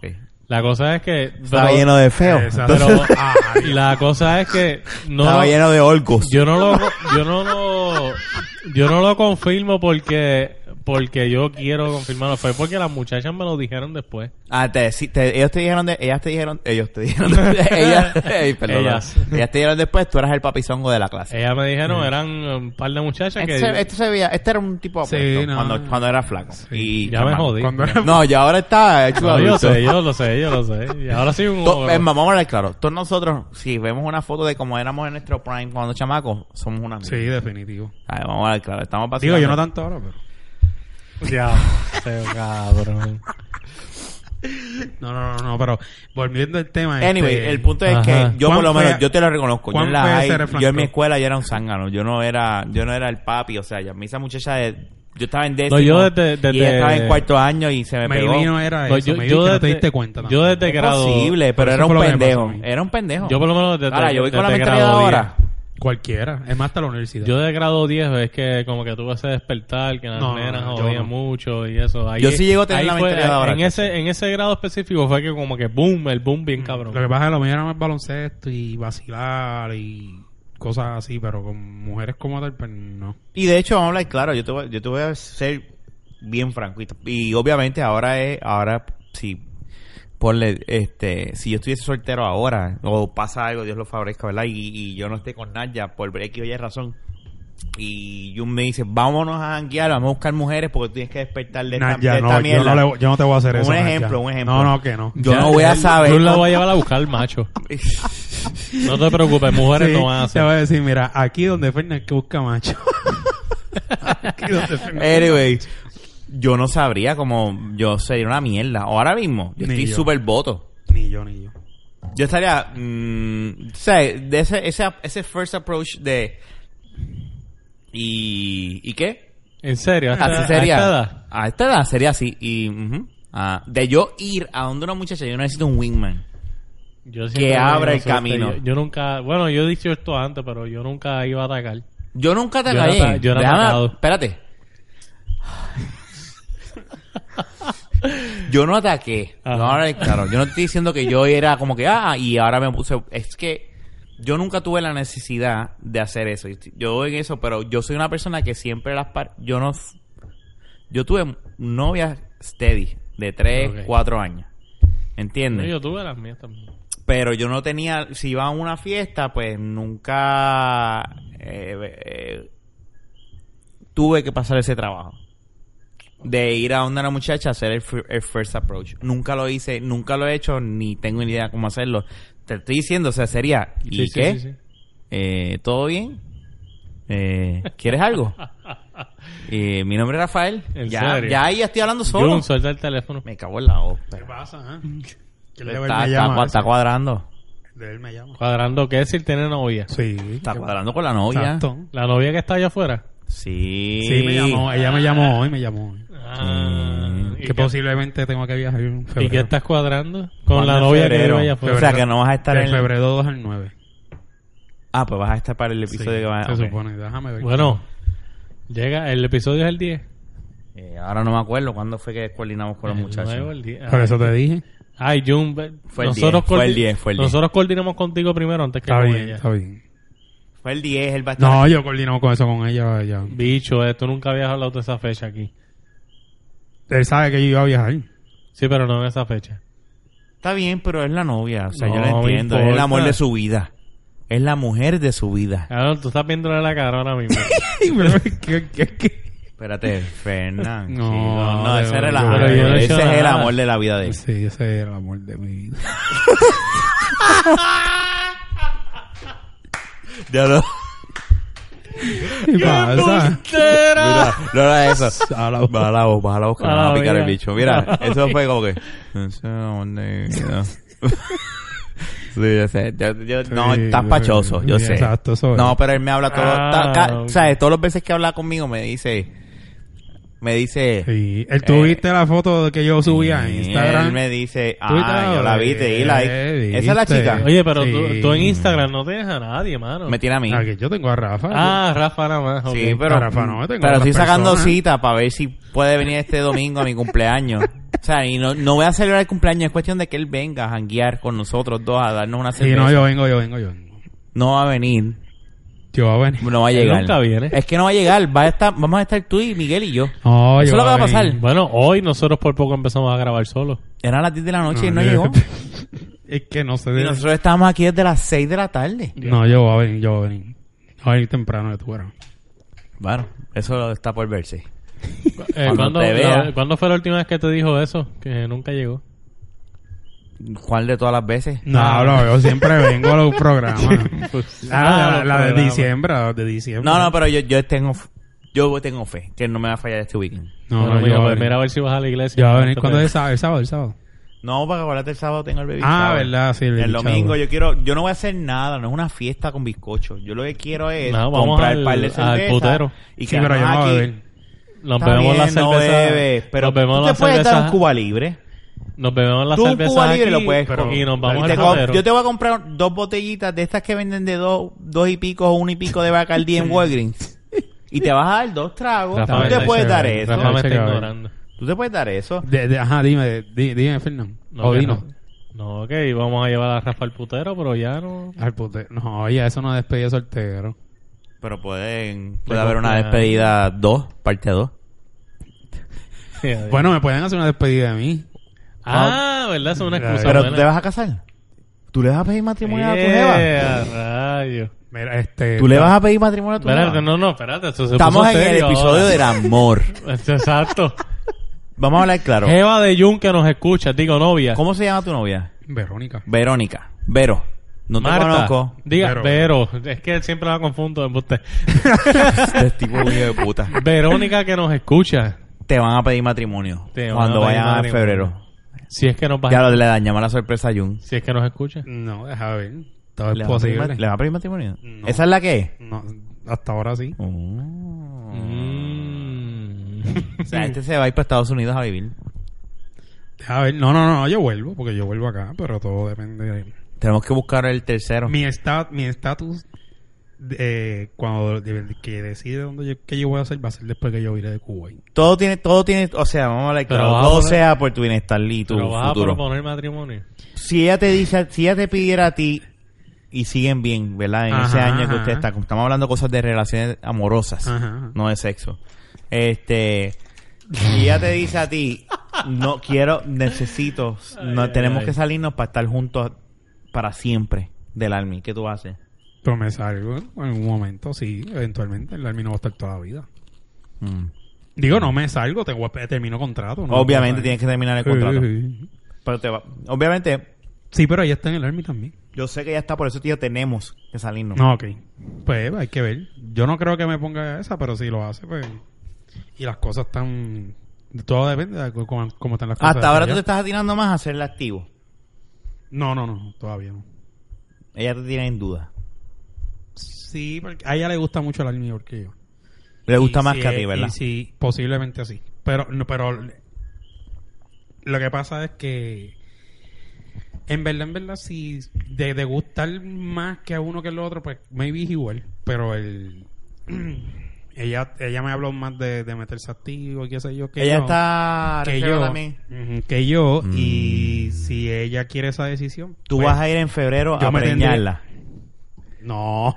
La cosa es que... Estaba pero- lleno de feo. Exacto. Pero Ah, la cosa es que... No Estaba lo- lleno de orcos. yo no lo... Yo no lo... Yo no lo confirmo porque... Porque yo quiero confirmarlo. Fue porque las muchachas me lo dijeron después. Ah, te, sí, te- ellos te dijeron, de, ellas te dijeron, ellos te dijeron, de, ellas, ey, perdón, Ellas. ellas te dijeron después, tú eras el papizongo de la clase. Ellas me dijeron, eran un par de muchachas Este que... se, este se veía, este era un tipo Sí, apuesto no. cuando, cuando era flaco. Y ya me chamaco. jodí. cuando era- No, y ahora está hecho No, yo lo adulto. sé, yo lo sé, yo lo sé. Y ahora sí un... To- es más, vamos a hablar claro. Todos nosotros, si vemos una foto de cómo éramos en nuestro prime cuando chamacos, somos una Sí, definitivo. Ay, vamos a hablar claro. Estamos Digo, vacilando. yo no tanto ahora, pero... Ya, sé, cabrón. No, no, no, no, pero volviendo al tema... Anyway, este, el punto es Ajá. que yo por lo ¿Cuán menos, fea- yo te lo reconozco. Yo cuán en la fea high, ese refrán yo en mi club? escuela ya era un zángano. Yo no era, yo no era el papi. O sea, ya, a mí esa muchacha de, yo estaba en décimo. No, yo desde- desde- y ella estaba en cuarto año y se me pegó. Maybe no era No, eso, yo- maybe yo que no te desde- diste cuenta Yo también. desde Es grado... posible, pero Eso era fue un lo que me pendejo. pasó a mí. Era un pendejo. Yo por lo menos desde, Ahora, yo voy con la desde mentalidad grado diez. ahora. Cualquiera, es más hasta la universidad. Yo de grado diez es que como que tuve ese despertar, que las No, nenas no, yo jodían no. mucho y eso. Ahí, Yo sí llego a tener ahí la fue- mentalidad ahora. En ese, en ese grado específico fue que como que boom, el boom bien cabrón. Lo que pasa es que lo mío era más baloncesto y vacilar y cosas así, pero con mujeres como tal, pues no. Y de hecho, vamos a hablar claro. Yo te voy, yo te voy a ser bien franco. Y, y obviamente ahora es, ahora sí. Ponle, este, si yo estuviese soltero ahora, o pasa algo, Dios lo favorezca, ¿verdad? Y, y yo no esté con Naya por X o Y razón. Y Jun me dice, vámonos a janguear, vamos a buscar mujeres porque tú tienes que despertar de esta, Nah, ya, de no, esta yo, mierda. no le- yo no te voy a hacer Un eso. nah, ejemplo, ya. un ejemplo. No, no, que no. Yo Ya, no voy a él- saber. Yo la con- voy a llevar a buscar macho. No te preocupes, mujeres Sí, no van a te hacer. voy a decir, mira, aquí donde Fernández que busca macho. Aquí donde Fernández. Anyway, yo no sabría cómo yo sería una mierda. Ahora mismo, yo Ni estoy yo. súper voto. Ni yo, ni yo. Yo estaría, mm, o sea, de ese, ese, ese first approach de, y, ¿y qué? En serio, hasta, Así sería. a esta edad. A esta edad sería así. Y, ujú. Ah, de yo ir a donde una muchacha, yo necesito un wingman. Yo siempre Que he abra el tenido suerte. camino. Yo, yo nunca, bueno, yo he dicho esto antes, pero yo nunca iba a atacar. Yo nunca te Yo era callé. ata- yo era Déjame- atacado. espérate. Yo no ataqué. Ajá. No, ahora, claro, yo no estoy diciendo que yo era como que, ah, y ahora me puse... Es que yo nunca tuve la necesidad de hacer eso. Yo en eso, pero yo soy una persona que siempre las... Par yo no... Yo tuve novia steady de tres, Ok. cuatro años. No, ¿Entiendes? yo tuve las mías también. Pero yo no tenía... Si iba a una fiesta, pues nunca... eh, eh, tuve que pasar ese trabajo. De ir a donde una muchacha a hacer el, fir- el first approach. Nunca lo hice, nunca lo he hecho, ni tengo ni idea cómo hacerlo. Te estoy diciendo, o sea, sería... ¿Y Sí, sí, qué? sí, sí. Eh, ¿Todo bien? Eh, ¿Quieres algo? Eh, mi nombre es Rafael. ¿En Ya, serio? ya ahí ya estoy hablando solo. Jun, suelta el teléfono. Me cago en la O. ¿Qué pasa, eh? Que Está, de él está, me llama. está- está ese. cuadrando. De él me llama. Cuadrando, ¿qué decir? Tiene novia. Sí. Está cuadrando con la novia. Exacto. La novia que está allá afuera. Sí. Sí, me llamó. Ella me llamó hoy, me llamó hoy. Ah, ¿y Que qué- posiblemente tengo que viajar en febrero. ¿Y qué estás cuadrando? Con ¿Cuándo la en novia que febrero? vive allá afuera. O sea, que no vas a estar De en... febrero dos al nueve. Ah, pues vas a estar para el episodio Sí, que va a... se ok. supone. Déjame ver. Bueno, llega, el episodio es el diez. Eh, ahora no me acuerdo cuándo fue que coordinamos con los El muchachos. nuevo, el diez. Por eso te dije. Ay, Jun, ve- Fue el nosotros diez, fue el coordi- diez, fue el diez. Nosotros coordinamos contigo primero antes que Está con bien, ella. está bien. Fue el diez, el va a estar... No, yo coordino con eso con ella. Ya. Bicho, eh, tú nunca habías hablado de esa fecha aquí. Él sabe que yo iba a viajar. Sí, pero no en esa fecha. Está bien, pero es la novia. O sea, yo No lo me entiendo. Es el importa. amor de su vida. Es la mujer de su vida. Ahora tú estás viéndole la cara ahora mismo. ¿Qué, qué, qué? Espérate, Fernán. No, chico. no, ese de era el verdad. amor. Pero yo no he Ese hecho es el nada. amor de la vida de él. Sí, ese es el amor de mi vida. Ya lo... ¿Qué pasa? Mira, no era eso. A la- Baja la voz, baja la voz que me A va la a picar el vida. bicho. Mira, eso fue como que... Ese es el amor de mi vida. Sí, yo sé. Yo- yo- no, Sí, estás pachoso, yo sí, sé. exacto, eso es. No, pero él me habla todo... Ah, ta- ca- ok. ¿Sabes? Todas las veces que habla conmigo me dice... Me dice... Sí. Él, ¿Tú Eh, viste la foto que yo subí a y Instagram? Él me dice... ¿Tú viste Ah, la- yo la vi, te di Eh, like. ¿Esa es la viste. chica? Oye, pero Sí. tú, tú en Instagram no tienes a nadie, mano. Me tiene a mí. Ah, que yo tengo a Rafa. Ah, Rafa nada más. ok. Sí, pero, Rafa, no, tengo pero otras estoy sacando personas. cita para ver si puede venir este domingo a mi cumpleaños. O sea, y no, no voy a celebrar el cumpleaños, es cuestión de que él venga a janguear con nosotros dos, a darnos una Sí, cerveza. no, yo vengo, yo vengo, yo vengo. No va a venir. Yo voy a venir. No va a Él llegar. nunca viene. Es que no va a llegar. Va a estar, vamos a estar tú y Miguel y yo. No, Eso yo es lo que va a venir. pasar. Bueno, hoy nosotros por poco empezamos a grabar solos. Eran las diez de la noche y él no yo- llegó. Es que no sé Y de... nosotros estábamos aquí desde las seis de la tarde. No, yo voy a venir, yo voy a venir. Voy a venir temprano de tu hora. Bueno, eso está por verse. Eh, Cuando ¿cuándo, te vea. la- ¿Cuándo fue la última vez que te dijo eso? Que nunca llegó. ¿Cuál de todas las veces? No, no, yo siempre vengo a los programas. Pues, Ah, ah, la, los la de programas. diciembre, la de diciembre. No, no, pero yo, yo tengo yo tengo fe que no me va a fallar este weekend. No, Bueno, no, mira, yo voy a pues venir. mira a ver si vas a la iglesia. Yo voy a venir Antes cuando de- es sábado, el sábado, el sábado. No, para acuérdate el sábado tengo el baby Ah, shower. verdad, sí, el El baby domingo shower. yo quiero, yo no voy a hacer nada, no es una fiesta con bizcocho. Yo lo que quiero es No, vamos comprar al- un par de al cervezas putero. y Sí, pero yo no quedarnos voy a aquí. beber. Nos Está bebemos las bien, no cervezas. bebes, pero nos bebemos tú las te puedes dar un cervezas. Cuba Libre. Nos bebemos las Tú un cervezas Cuba Libre aquí lo puedes pero- comprar. y nos vamos Y al te co- putero. yo te voy a comprar dos botellitas de estas que venden de dos, dos y pico o uno y pico de Bacardi en Walgreens. Y te vas a dar dos tragos. Rafa Tú me te está puedes dar chévere. eso. Rafa me está Chévere. ignorando. Tú te puedes dar eso. De, de- ajá, dime, di- dime, Fernando. No, o que dinos. no. No, ok, vamos a llevar a Rafa al putero, pero ya no. Al pute- No, oye, eso no es despedida soltero. Pero pueden, puede Te haber una compras- despedida dos, parte dos. Bueno, me pueden hacer una despedida de mí. Ah, ¿verdad? Es una excusa. Pero tú buena. te vas a casar. ¿Tú le vas a pedir matrimonio a tu Eh, jeva? a rayos. Mira, este... ¿Tú le vas a pedir matrimonio a tu Espérate, jeva? no, no, espérate. Eso se Estamos puso en el serio episodio ahora. del amor. Exacto. Vamos a hablar claro. Jeva de Jun que nos escucha, digo novia. ¿Cómo se llama tu novia? Verónica. Verónica. Vero. No te Marta. conozco. Diga, Vero. Vero. Es que siempre la confundo en usted. Este tipo de hijo de puta. Verónica que nos escucha. Te van a pedir matrimonio. Te van cuando a pedir vayan a matrimonio. febrero. Si es que nos va Ya lo, le dañamos la sorpresa a Jun. Si es que nos escucha. No, deja ver. Todo ¿Le es va a pedir posible. ma- ¿Le va a pedir matrimonio? No. ¿Esa es la que es? No, hasta ahora sí. Oh. Mm. O sea, este se va a ir para Estados Unidos a vivir. Deja ver. No, no, no, yo vuelvo, porque yo vuelvo acá, pero todo depende de... Tenemos que buscar el tercero. Mi esta- mi estatus eh, cuando de- que decide dónde yo, qué yo voy a hacer va a ser después que yo iré de Cuba. Todo tiene, todo tiene, o sea, vamos a hablar Pero claro, vas a todo poner- sea por tu bienestar y tu Pero vas a futuro. proponer matrimonio. Si ella te dice, si ella te pidiera a ti y siguen bien, ¿verdad? En Ajá, ese año que ajá. usted está, estamos hablando de cosas de relaciones amorosas, Ajá, ajá. no de sexo. Este, si ella te dice a ti, no quiero, necesito, no Ay, tenemos ay. que salirnos para estar juntos para siempre del Army, ¿qué tú haces? Pero me salgo en algún momento, sí, eventualmente. El Army no va a estar toda la vida. Mm. Digo, no me salgo, te, termino contrato. ¿no? Obviamente O sea, tienes que terminar el sí, contrato, sí. pero te va, obviamente, Sí, pero ella está en el Army también. yo sé que ya está, por eso tío tenemos que salirnos. No, ok. Pues hay que ver. Yo no creo que me ponga esa, pero si lo hace, pues... Y las cosas están... Todo depende de cómo, cómo están las cosas. Hasta ahora tú allá. te estás atinando más a hacerla activo. No, no, no. Todavía no. Ella te tiene en duda. Sí, porque a ella le gusta mucho el Army porque yo. Le gusta Y más si que a es- ti, ¿verdad? y sí, posiblemente así. Pero, no, pero lo que pasa es que en verdad, en verdad, si de, de gustar más que a uno que el otro, pues maybe es igual. Pero el ella ella me habló más de, de meterse activo y qué sé yo que Ella yo, está que reservada yo, también. ujú, que yo Mm. y si ella quiere esa decisión, Tú pues, vas a ir en febrero yo a me tendré- preñarla. no.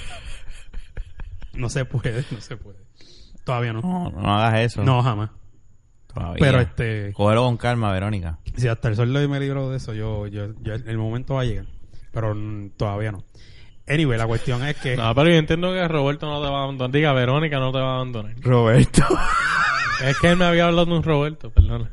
No se puede, no se puede. Todavía no. No, no hagas eso. No, jamás. Todavía. Pero este, Cógelo con calma, Verónica. si hasta el sol de hoy me libro de eso, yo, yo, yo- el momento va a llegar. Pero mm, todavía no. Anyway, la cuestión es que... No, pero yo entiendo que Roberto no te va a abandonar. Diga, Verónica no te va a abandonar. Roberto. Es que él me había hablado de un Roberto, perdona.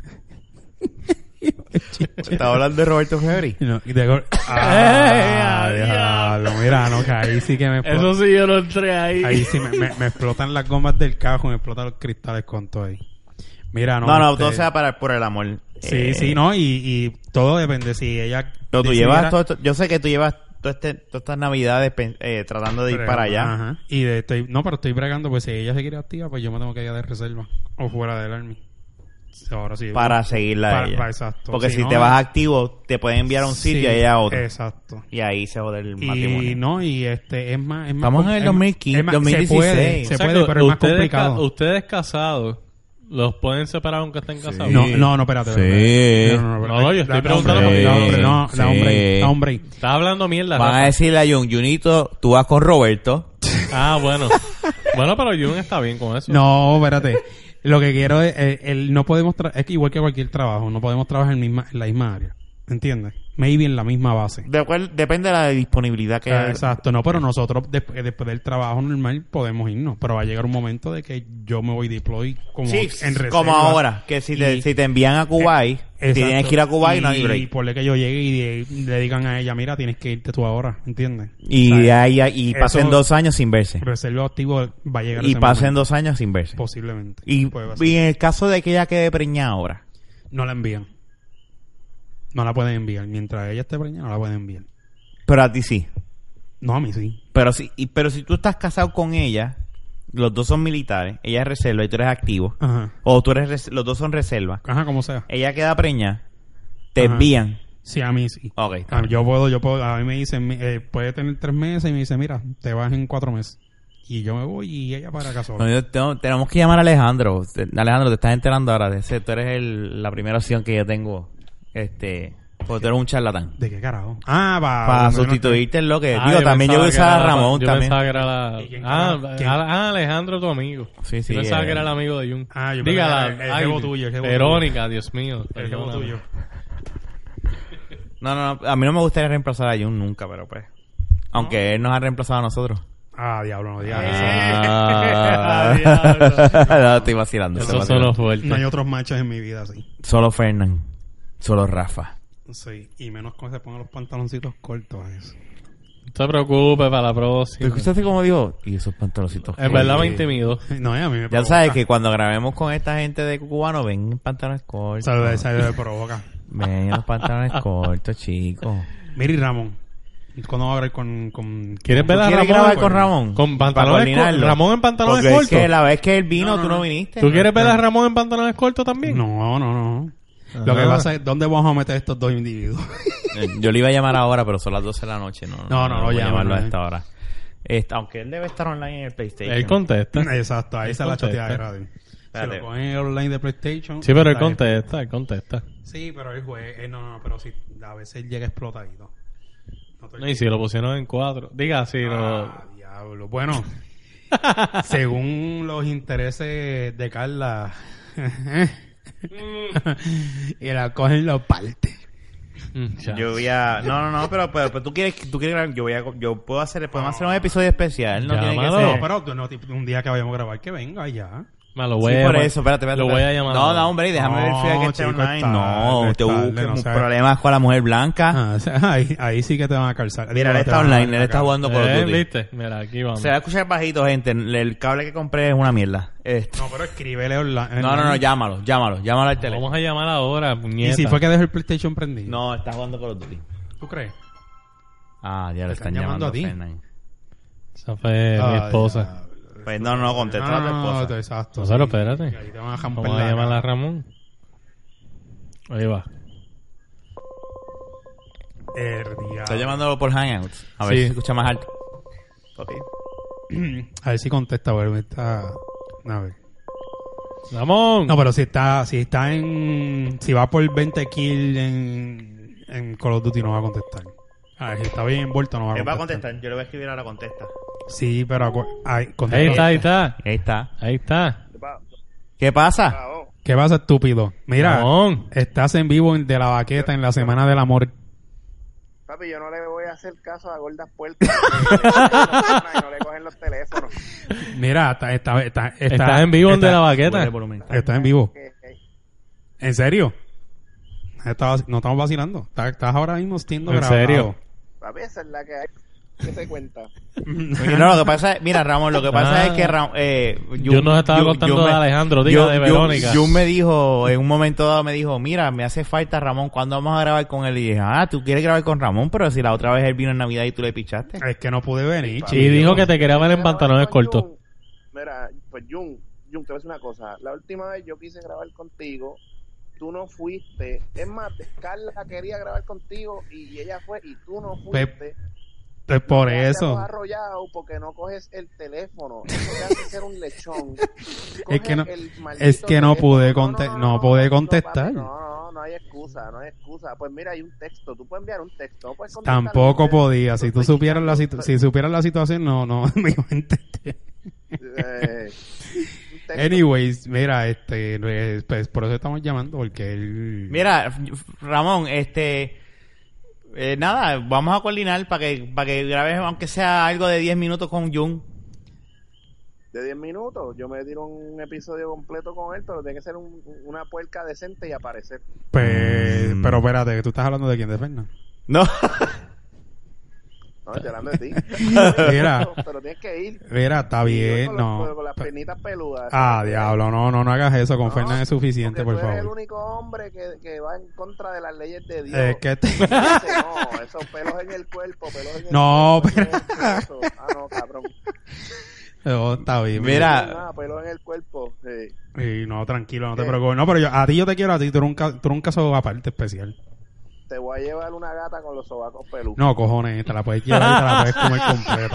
¿Estás hablando de Roberto Febri? No, y de- ah, diablo, mira, no, que ahí sí que me Eso explota- sí yo lo entré ahí. ahí sí me, me, me explotan las gomas del cajo, me explotan los cristales con todo ahí. Mira, no. No, no, este, todo se va a parar por el amor. Sí, Eh, sí, no, y, y todo depende. Si ella. Pero tú decidiera- llevas todo esto, yo sé que tú llevas todo este, todas estas navidades pen- eh, tratando de ir para allá. Ajá. Y de, estoy, no, pero estoy bregando, pues si ella se quiere activa, pues yo me tengo que ir de reserva o fuera del Army. Ahora sí. Para seguirla a Para- ella. para- exacto. Porque si, no, te vas activo, te pueden enviar a un sitio sí, y a ella a otro. Exacto. Y ahí se jode el Y matrimonio. no, y este es más. Es más Estamos com- en el es- dos mil quince, es más- dos mil Se puede, dieciséis. se O sea, puede, que pero es más ustedes complicado. ca- ustedes casados los pueden separar aunque estén casados. No, no, no, espérate. Sí. espérate. No, no, no, No, no, yo estoy da- preguntando da- porque da- yo- hombre, no, Sí. da hombre, da hombre. Estás hablando mierda. Van Rafa. a decirle a Jun, Junito, tú vas con Roberto. Ah, bueno. Bueno, pero Jun está bien con eso. No, espérate. Lo que quiero es, eh, el, no podemos, tra- es que igual que cualquier trabajo, no podemos trabajar en, misma, en la misma área. ¿Entiendes? Maybe en la misma base. De cuál, depende de la disponibilidad que Ah, exacto, no, pero nosotros después, después del trabajo normal podemos irnos, pero va a llegar un momento de que yo me voy deploy como Sí, en reserva. como ahora, que si te, Y- si te envían a Kuwait, Exacto. tienes que ir a Kuwait y no hay y break. ponle que yo llegue y de- le digan a ella, mira, tienes que irte tú ahora, ¿entiendes? Y, O sea, ahí, y eso- pasen dos años sin verse. reserva activo va a llegar Y ese pasen momento, dos años sin verse. posiblemente. Y, Puede pasar. y en el caso de que ella quede preñada ahora. No la envían. No la pueden enviar. Mientras ella esté preñada, no la pueden enviar. Pero a ti sí. No, a mí sí. Pero si, y, pero si tú estás casado con ella, los dos son militares, ella es reserva y tú eres activo, Ajá. o tú eres res- los dos son reserva, Ajá, como sea. ella queda preñada, te Ajá. envían. Sí, a mí sí. Ok. Ah, yo puedo, yo puedo, a mí me dicen, mi- eh, puede tener tres meses y me dice, mira, te vas en cuatro meses. Y yo me voy y ella para acá sola. No, yo tengo- tenemos que llamar a Alejandro. Te- Alejandro, te estás enterando ahora de ese. Tú eres el, la primera opción que yo tengo. Este, porque tú eres un charlatán. ¿De qué carajo? Ah, va. Para bueno, sustituirte en lo que. Ah, digo, también yo voy a pensaba usar que a era- Ramón yo también. pensaba que era la... ¿Y quién Ah, carajo? ¿Quién? ah, Alejandro, tu amigo. Sí, sí. Yo pensaba eh. que era el amigo de Jun. Ah, yo Diga, pensaba la- que era el ay, jevo tuyo, el jevo Verónica, Dios mío. El jevo perdóname. tuyo. No, no, no. A mí no me gustaría reemplazar a Jun nunca, pero pues. Aunque él nos ha reemplazado a nosotros. Ah, diablo, no digas eso. Ah, diablo. no, estoy vacilando. estoy Eso vacilando. sonó fuerte. No hay otros machos en mi vida así. Solo Fernán. Solo Rafa. Sí, y menos cuando se pongan los pantaloncitos cortos. Eso. No te preocupes para la ¿Te próxima. escuchaste como digo? Y esos pantaloncitos. En verdad me Eh, intimidó. No, y a mí me Ya provoca. sabes que cuando grabemos con esta gente de cubano, ven en pantalones cortos. Salve, salve, me provoca. Ven en los pantalones cortos, chicos. Mira, y Ramón. ¿Cuándo va a hablar con...? con ¿Quieres ver a ¿Quieres Ramón? grabar con Ramón? Con Para pantalones cortos. coordinarlo. Ramón en pantalones Porque es cortos. que la vez que él vino, No, no, tú no no. viniste. ¿Tú quieres ver a Ramón en pantalones cortos también? No, no, no. Ajá. Lo que pasa es, ¿dónde vamos a meter estos dos individuos? Eh, Yo le iba a llamar ahora, pero son las doce de la noche. No, No, no, no voy a llama, llamarlo no, a eh. esta hora. Este, aunque él debe estar online en el PlayStation. Él contesta. Exacto, ahí Él está la contesta. chateadera de él. Se Espérate. lo ponen online de PlayStation. Sí, pero él está ahí. contesta, él contesta. Sí, pero él juega... eh, no, no, pero sí, a veces él llega explotadito. No te- No, y si lo pusieron en cuatro. Diga, si no... Ah, diablo. Bueno, según los intereses de Carla, y la cogen los partes. Mm, ya. Yo voy a... No, no, no, pero, pero, pero tú quieres... Tú quieres grabar... Yo voy a... Yo puedo hacer... Podemos hacer un episodio especial. No tiene que Llámalo. ser... No, pero tú no, tipo, un día que vayamos a grabar, que venga ya. Me lo voy Sí, a por llamar. eso, espérate, espérate. Lo voy a espérate. llamar No, ahora. no, hombre, y déjame No, verificar que esté chico, online. es tarde, No, es te tarde, busques no sé. problemas con la mujer blanca. Ah, o sea, ahí, ahí sí que te van a calzar. Mira, él Digo, te está van a online, dar él la está cara. jugando Call of Eh, Duty. ¿viste? Mira, aquí vamos. Se va a escuchar bajito, gente. El cable que compré es una mierda. Este. No, pero escríbele online. No, no, no, llámalo, llámalo, llámalo al teléfono. Vamos a llamar ahora, puñeta. ¿Y si fue que dejó el PlayStation prendido? No, está jugando Call of Duty. ¿Tú crees? Ah, ya le Te están están llamando llamando a ti. Fernan. Esa fue mi Ah, esposa. ya. Pues no, no, contesta a tu esposa. No, exacto. No, pero sí. espérate. Y ahí te van a jamper Vamos a la llamar cara. a Ramón. Ahí va. El diablo. Estoy llamándolo por Hangouts. A ver Sí. si se escucha más alto. Ok. A ver si contesta, güey. Está... A ver. Ramón. No, pero si está, si está en, si va por veinte kills en, en Call of Duty no va a contestar. A ver, si está bien envuelto no va a Él va contestar. a contestar. Yo le voy a escribir ahora, contesta. Sí, pero acu- ay, contesta. Ahí está, ahí está. Ahí está. Ahí está. ¿Qué pasa? ¿Qué pasa, estúpido? Mira, Ramón. estás en vivo en- de la baqueta en la Semana del Amor. Papi, yo no le voy a hacer caso a gordas puertas y no le cogen los teléfonos. Mira, está, está, está, está- Estás en vivo en está- de la Vuelve baqueta. el volumen. Estás en vivo. Que- que- ¿En serio? Está vac- no estamos vacilando. Estás, estás ahora mismo siendo ¿En grabado. serio? Papi, esa es la que hay. ¿Qué se cuenta? Oye, no, lo que pasa es, mira, Ramón, lo que pasa Ah. es que Ram- eh, Yo nos estaba contando de Alejandro, diga, de Verónica. Jun me dijo, en un momento dado me dijo, mira, me hace falta Ramón, ¿cuándo vamos a grabar con él? Y dije, ah, tú quieres grabar con Ramón, pero si la otra vez él vino en Navidad y tú le pichaste. Es que no pude venir, Papi, Y chico. dijo que te quería ver en Grabar pantalones con cortos. Jun. Mira, pues Jun, Jun, te voy a decir una cosa. La última vez yo quise grabar contigo, tú no fuiste. Es más, Carla quería grabar contigo y ella fue y tú no fuiste. Es por Ya eso. estamos arrollados porque no coges el teléfono. Eso te hace ser un lechón. Es que no- Coge el maldito es que no teléfono. pude conte- no pude contestar. No, no, no, no hay excusa, no hay excusa. Pues mira, hay un texto. Tú puedes enviar un texto. No puedes contestar Tampoco el- podía. Si tú el- supieras la situ- si supieras la situación, no, no me iba a entender. Eh, un texto. Anyways, mira, este, eh, pues por eso estamos llamando, porque él... Mira, Ramón, este... eh, nada, vamos a coordinar para que para que grabes aunque sea algo de diez minutos con Jun. De diez minutos, yo me tiro un episodio completo con él, pero tiene que ser un- una puerca decente y aparecer. Pues, Mm. pero espérate, ¿tú estás hablando de quién? ¿De Fernan? No. No, estoy hablando de ti. Mira. Pero tienes que ir. Mira, está Y yo bien, con los- no. Con las pernitas peludas. Ah, diablo, no, no, no hagas eso, con No, Fernan es suficiente, porque por tú eres el favor. único hombre que, que va en contra de las leyes de Dios. Es que te... Dice, no, esos pelos en el cuerpo, pelos en el No, cuerpo. pero- eso, eso. Ah, no, cabrón. Oh, está bien. Mira. Ah, pelos en el cuerpo. Sí. Y no, tranquilo, no te ¿Qué? preocupes. No, pero yo, a ti yo te quiero, a ti, tú eres un, ca- tú eres un caso aparte especial. Te voy a llevar una gata con los sobacos peludos. No, cojones, te la puedes llevar y te la puedes comer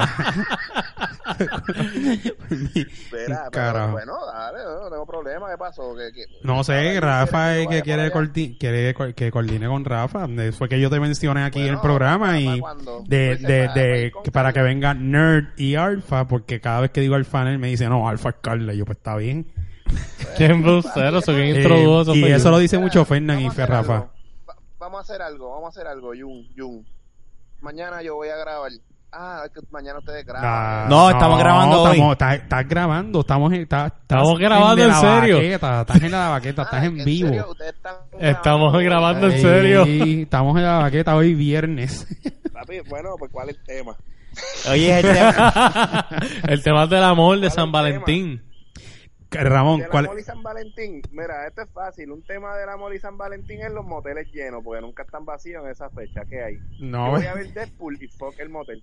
completa. Espera, pero, Carajo. bueno, dale, no tengo problema. ¿Qué pasó? ¿Qué, qué? No sé, Ahora, Rafa ¿quieres es que yo quiere, vaya por allá? corti- quiere co- que coordine con Rafa. Eh, Fue que yo te mencioné aquí en el Bueno, programa ¿para y cuándo? de, Pues, de, para- de, para ir con que para que Carla. venga Nerd y Alfa, porque cada vez que digo Alfa él me dice, no, Alfa es Carla. Y yo, pues está bien. ¿Quién fue usted? Eso que Eh, introdujo eso y fue eso yo. lo dice Mira, mucho Fernan y vamos a hacer Rafa. algo. Va- Vamos a hacer algo, vamos a hacer algo, Jun, Jun. Mañana yo voy a grabar. Ah, es que mañana ustedes graban. Ah, No, estamos grabando hoy. estamos- Estás, estás grabando, estamos en, estás, Estamos estás grabando de en la serio. Baqueta, estás en la baqueta, Ah, estás en vivo. serio? ¿Ustedes están Estamos grabando en Sí, serio. estamos en la baqueta hoy viernes. Papi, bueno, pues ¿cuál es el tema? Oye, es el tema. El tema del amor de ¿Cuál es San el tema? Valentín. Ramón, Del ¿cuál? amor y San Valentín. Mira, esto es fácil. Un tema del amor y San Valentín es los moteles llenos, porque nunca están vacíos en esa fecha. ¿Qué hay? Yo No, voy a ver Deadpool y fuck el motel.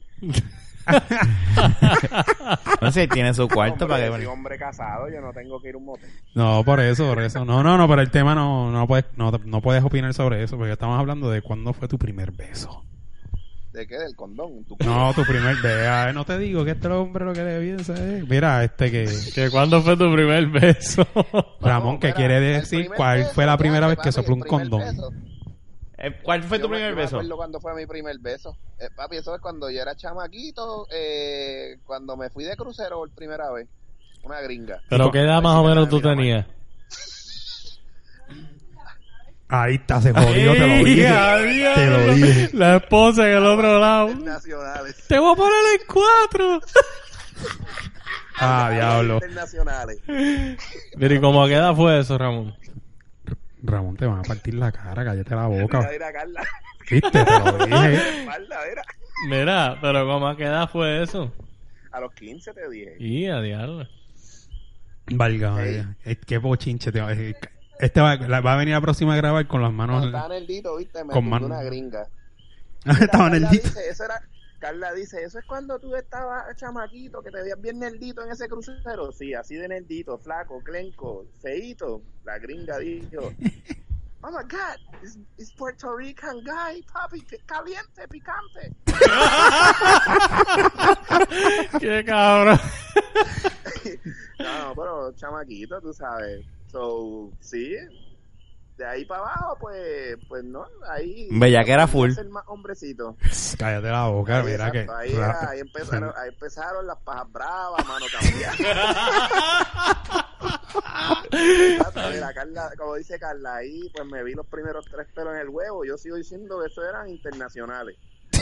No sé, tiene su cuarto Hombre, para yo soy que... hombre casado, yo no tengo que ir a un motel. no, por eso, por eso. No, no, no, pero el tema no, no puedes, no, no puedes opinar sobre eso, porque estamos hablando de cuándo fue tu primer beso. ¿De qué? ¿Del condón? ¿Tu No, tu primer beso. Ay, no te digo que este hombre lo que le piensa es. Mira, este que. ¿Que cuándo fue tu primer beso? Ramón, ¿qué mira, quiere el decir? primer ¿Cuál beso, fue la primera fíjate, vez que papi, sopló un el primer condón? beso. Eh, ¿Cuál fue tu Yo me- primer yo me beso? acuerdo cuando fue mi primer beso. Eh, papi, eso es cuando yo era chamaquito, eh, cuando me fui de crucero por primera vez. Una gringa. ¿Pero qué edad más o menos tú tenías? Ahí está, se jodió, te lo ¡Ey, dije. adiós! Te lo dije. La esposa en el otro lado. Internacionales. Te voy a poner en cuatro. Ah, diablo. Internacionales. Mira, ¿y cómo a qué edad fue eso, Ramón? Ramón, te van a partir la cara, cállate la boca. Mira, mira, Carla. ¿Viste? Te lo dije. Espalda, mira. Mira, pero ¿cómo a qué edad fue eso? A los quince te dije. Y a diablo. Valga, Ey. es que bochinche te va a decir. Este va, la- va a venir la próxima a grabar con las manos. Cuando estaba nerdito, viste, me Con con mano. una gringa. Mira, Estaba Carla nerdito. dice, eso era, Carla dice, ¿eso es cuando tú estabas chamaquito, que te veías bien nerdito en ese crucero? Sí, así de nerdito, flaco, clenco, feíto. La gringa dijo, oh my God, it's, it's Puerto Rican guy, papi, que- caliente, picante. ¡Qué cabrón! No, no, pero chamaquito, tú sabes. So, sí, de ahí para abajo, pues, pues no, ahí... Bellaquera full. Ser más hombrecito. Cállate la boca, Ahí, mira que. exacto, ahí, era- ahí empezaron, ahí empezaron las pajas bravas, mano cambiada. Exacto, mira, Carla, como dice Carla, ahí pues me vi los primeros tres pelos en el huevo. Yo sigo diciendo que eso eran internacionales.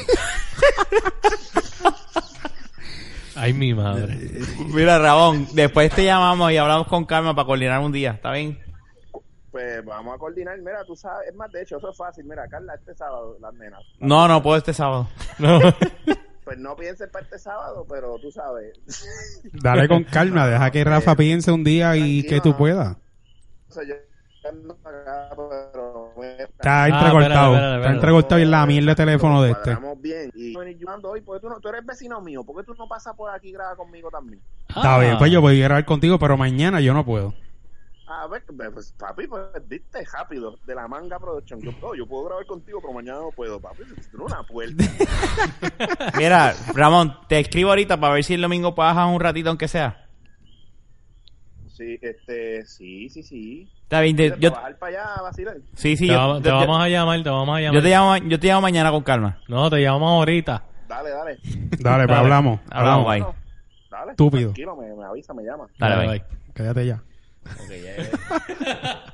Ay, mi madre. Mira, Ramón, después te llamamos y hablamos con calma para coordinar un día, ¿está bien? Pues vamos a coordinar. Mira, tú sabes, es más, de hecho, eso es fácil. Mira, Carla, este sábado, las nenas. No, no puedo este sábado. No. Pues no pienses para este sábado, pero tú sabes. Dale con calma, deja que Rafa piense un día y Tranquilo, que tú no. puedas. O sea, yo ando acá, pero Está Ah, entrecortado. espérate, espérate, Está espérate. entrecortado y en la mierda de teléfono de este. Cuadramos bien. Y venir ayudando hoy, porque tú, no, tú eres vecino mío. ¿Por qué tú no pasas por aquí y grabas conmigo también? Está bien, pues yo voy a grabar contigo, pero mañana yo no puedo. Ah, a ver, pues, papi, pues viste, rápido, de la Manga Production. Yo, oh, yo puedo grabar contigo, pero mañana no puedo, papi. Tiene una puerta. Mira, Ramón, te escribo ahorita para ver si el domingo bajas un ratito, aunque sea. Sí, este, sí, sí, sí. Está bien, te- yo, Bajar para allá a vacilar. sí, sí, te, yo, va- te yo- vamos a llamar, te vamos a llamar. yo te llamo, yo te llamo mañana con calma. No, te llamamos ahorita. Dale, dale. Dale, pues Dale. hablamos. Hablamos, bye. No, dale. Estúpido. Tranquilo, me, me avisa, me llama. Dale, Dale, bye. bye. Cállate ya. Ok, ya-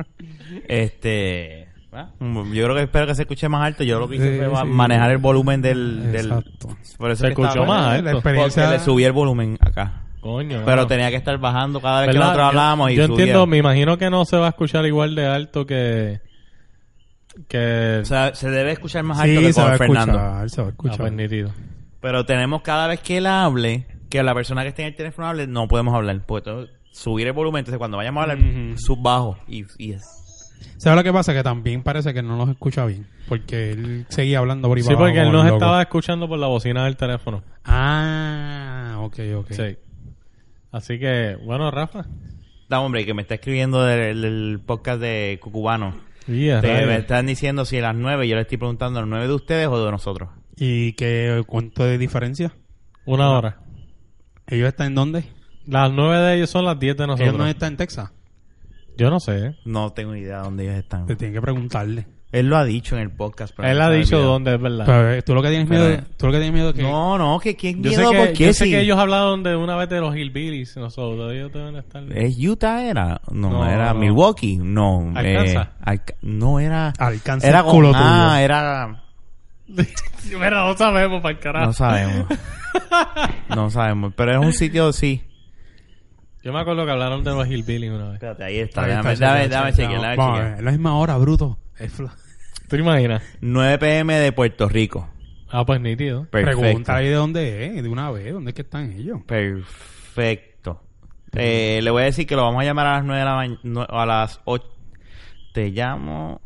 Este, ¿ah? yo creo que espero que se escuche más alto. Yo lo que hice Sí, fue ma- sí. manejar el volumen del, del Exacto. por eso Se es que escuchó estaba- más La alto. experiencia... porque le subí el volumen acá. Coño. Pero mano. tenía que estar bajando cada vez que ¿Verdad? nosotros Yo- hablábamos y Yo subía. entiendo, me imagino que no se va a escuchar igual de alto que... Que... O sea, se debe escuchar más alto Sí, que se va con a Fernando. escuchar, se va a Ah, escuchar. pues nítido. Pero tenemos cada vez que él hable, que la persona que esté en el teléfono hable, no podemos hablar. Porque tengo que subir el volumen. Entonces, cuando vayamos a hablar, Ujú. sub bajo. Y, y es. ¿Sabes lo que pasa? Que también parece que no nos escucha bien. Porque él seguía hablando por ahí Sí, para porque abajo él como nos el loco. estaba escuchando por la bocina del teléfono. Ah, ok, ok. Sí. Así que, bueno, Rafa. Da, hombre, que me está escribiendo del, del podcast de Cucubano. Y a Te- rayos. me están diciendo si a las nueve. Yo le estoy preguntando, ¿a las nueve de ustedes o de nosotros? ¿Y qué, cuánto de diferencia? Una hora. ¿Ellos están en dónde? Las nueve de ellos son las diez de nosotros. ¿Ellos no están en Texas? Yo no sé. No tengo idea de dónde ellos están. Te tienen que preguntarle. Él lo ha dicho en el podcast. pero Él no ha sabe dicho el video. dónde es verdad. Pero, eh, tú lo que tienes Pero, miedo, eh, tú lo que tienes miedo que No, no, que quién yo sé, miedo, que, ¿por qué? yo sé Si que ellos hablaron de una vez de los Hillbillies. Nosotros, ellos deben estar... ¿Es Utah era? No, No, era no. Milwaukee. No. Arkansas. eh, Arca- no era... alcanza Era el culo con... Ah, tuyo. era... Mira, no sabemos para el carajo. No sabemos. No sabemos. Pero es un sitio, sí. Yo me acuerdo que hablaron de los Hillbillies una vez. Espérate, ahí está. Ahí Déjame, está, déjame, chequea, déjame chequea. chequear, déjame Vamos, chequear. es la misma hora, bruto. Es fla- ¿Tú te imaginas? nueve pe eme de Puerto Rico. Ah, pues nítido. Perfecto. Pregunta ahí de dónde es, de una vez, dónde es que están ellos. Perfecto. Eh, le voy a decir que lo vamos a llamar a las nueve de la mañana, a las ocho. Te llamo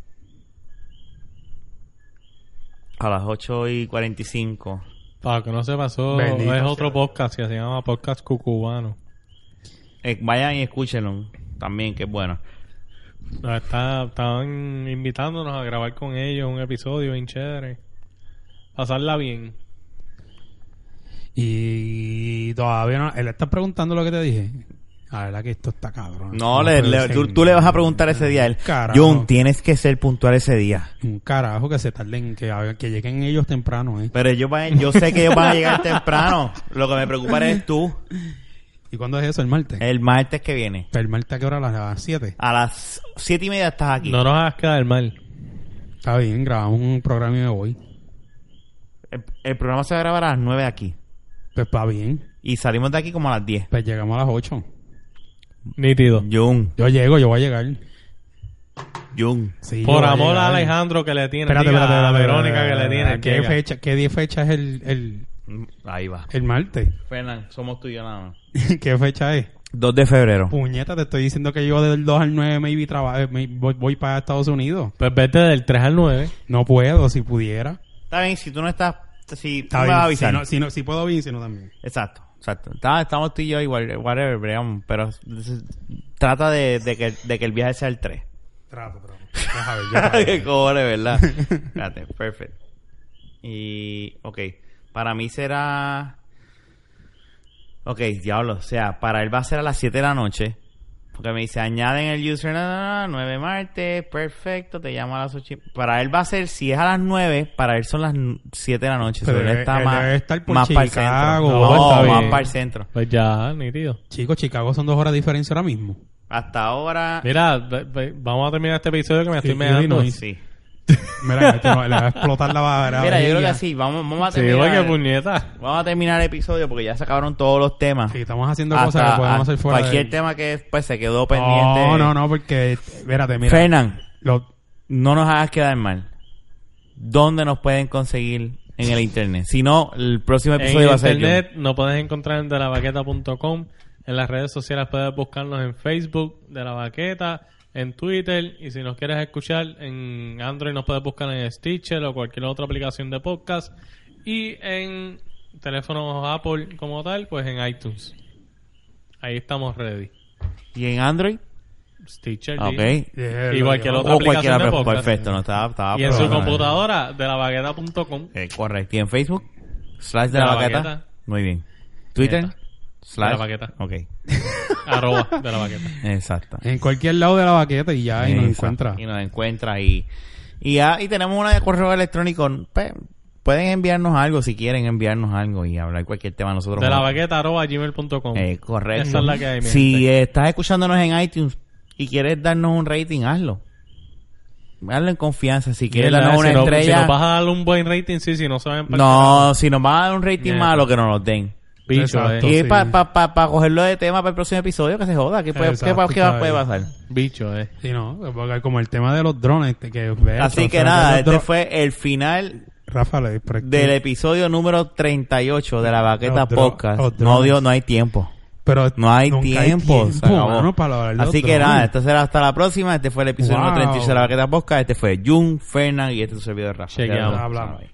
a las ocho y cuarenta y cinco. Para que no se pasó, Bendito es sea. otro podcast que se llama Podcast Cucubano. Eh, vayan y escúchenlo también, que es bueno. Nos está, estaban invitándonos a grabar con ellos un episodio bien chévere. Pasarla bien. Y todavía no... Él está preguntando lo que te dije. La verdad que esto está cabrón. No, le, puede le- ser. tú, tú le vas a preguntar ese día a él. Carajo. Jun, tienes que ser puntual ese día. Un carajo que se tarden, que, que lleguen ellos temprano, ¿eh? Pero ellos van, yo sé que ellos van a llegar temprano. Lo que me preocupa eres tú. ¿Y cuándo es eso? ¿El martes? El martes que viene. ¿El martes a qué hora? ¿A las siete? A las siete y media estás aquí. No nos hagas quedar mal. Está bien, grabamos un programa y me voy. El, el programa se va a grabar a las nueve aquí. Pues va bien. Y salimos de aquí como a las diez. Pues llegamos a las ocho. Nítido. Jun, Yo llego, yo voy a llegar. Jun. Sí, Por yo voy a amor a llegar. Alejandro que le tiene. Espérate, diga espérate, a espérate, Verónica espérate, que le espérate. tiene. ¿Qué llega. fecha, ¿Qué día fecha es el, el, Ahí va. el martes? Fernan, somos tú y yo nada más. ¿Qué fecha es? dos de febrero. Puñeta, te estoy diciendo que yo del dos al nueve maybe traba- may- voy, voy para Estados Unidos. Pues vete del tres al nueve. No puedo, si pudiera. Está bien, si tú no estás... Si tú Está me bien, vas a si, avisar. no, si, no, si puedo bien, si no también. Exacto, exacto. Está- estamos tú y yo igual, whatever, bregamos, pero s- trata de, de, que, de que el viaje sea el tres. Trato, trato. Deja ver, ya para Qué ver. cojones, ¿verdad? Espérate, perfecto. Y, ok, para mí será... Ok, diablo, o sea, para él va a ser a las siete de la noche. Porque me dice, añaden el user, no, no, no, nueve martes, perfecto, te llamo a las ocho. Para él va a ser, si es a las nueve, para él son las siete de la noche. Pero So, él debe- está él más, debe estar por más para el centro. Chicago. No, No, está más bien. para el centro. Pues ya, nítido. Chicos, Chicago son dos horas de diferencia ahora mismo. Hasta ahora... Mira, ve- ve- vamos a terminar este episodio que me Sí, estoy meando. Illinois. Sí. Mira, esto no- le va a explotar la barra. Mira, yo creo que así, vamos, vamos a Sí, terminar... oye, puñeta. Vamos a terminar el episodio porque ya se acabaron todos los temas. Sí, estamos haciendo Hasta- cosas que podemos hacer fuera cualquier de... tema que pues se quedó pendiente. No, no, no, porque... Espérate, mira. Fernan, Lo- no nos hagas quedar mal. ¿Dónde nos pueden conseguir en el internet? Si no, el próximo En episodio va a ser internet nos puedes encontrar en de la baqueta punto com. En las redes sociales puedes buscarnos en Facebook, De La Baqueta, en Twitter, y si nos quieres escuchar en Android nos puedes buscar en Stitcher o cualquier otra aplicación de podcast, y en teléfonos Apple como tal, pues en iTunes. Ahí estamos ready. yo. ¿Y en Android? Stitcher. Ok. Eh, Y lo cualquier digo. otra O cualquier aplicación de aplicación. podcast. Perfecto, no estaba, estaba Y en su probando. computadora, de la baqueta punto com. Eh, correcto. ¿Y en Facebook? Slash de, De la, la baqueta. baqueta. Muy bien. ¿Twitter? Neta. Slash. De la baqueta. Ok. Arroba de la baqueta. Exacto. En cualquier lado de la baqueta y ya, y nos Exacto. encuentra. Y nos encuentra y, y, ya, y tenemos una de correo electrónico. Pues, pueden enviarnos algo si quieren enviarnos algo y hablar cualquier tema nosotros. De la juntos. baqueta arroba gmail punto com. Eh, correcto. Esa es la que hay, mi Si gente. eh, estás escuchándonos en iTunes y quieres darnos un rating, hazlo. Hazlo en confianza. Si quieres Mierda, darnos una si no- estrella. Si nos vas a dar un buen rating, sí, si no saben para no, si nos van a dar un rating Mierda. malo, que nos lo den. Bicho, Exacto. eh. Y sí. para pa, pa, pa cogerlo de tema para el próximo episodio, que se joda. ¿Qué, puede, qué, Exacto, pa- qué está puede bien. pasar? Bicho, eh. Sí, no, porque como el tema de los drones, este, que de hecho, Así o que sea, nada, los este dro- fue el final Rafa, le- pero es que- del episodio número treinta y ocho de la Baqueta Los dro- Podcast. los No, drones. Dios, no hay tiempo. pero No hay nunca tiempo. se acabó. mano, para hablar de los Así que drones. nada, esto será hasta la próxima. Este fue el episodio Wow. número treinta y ocho de la Baqueta Podcast. Este fue Jun, Fernan y este es tu servidor Rafa. Chequeamos. Ya lo Hablamos. sabes.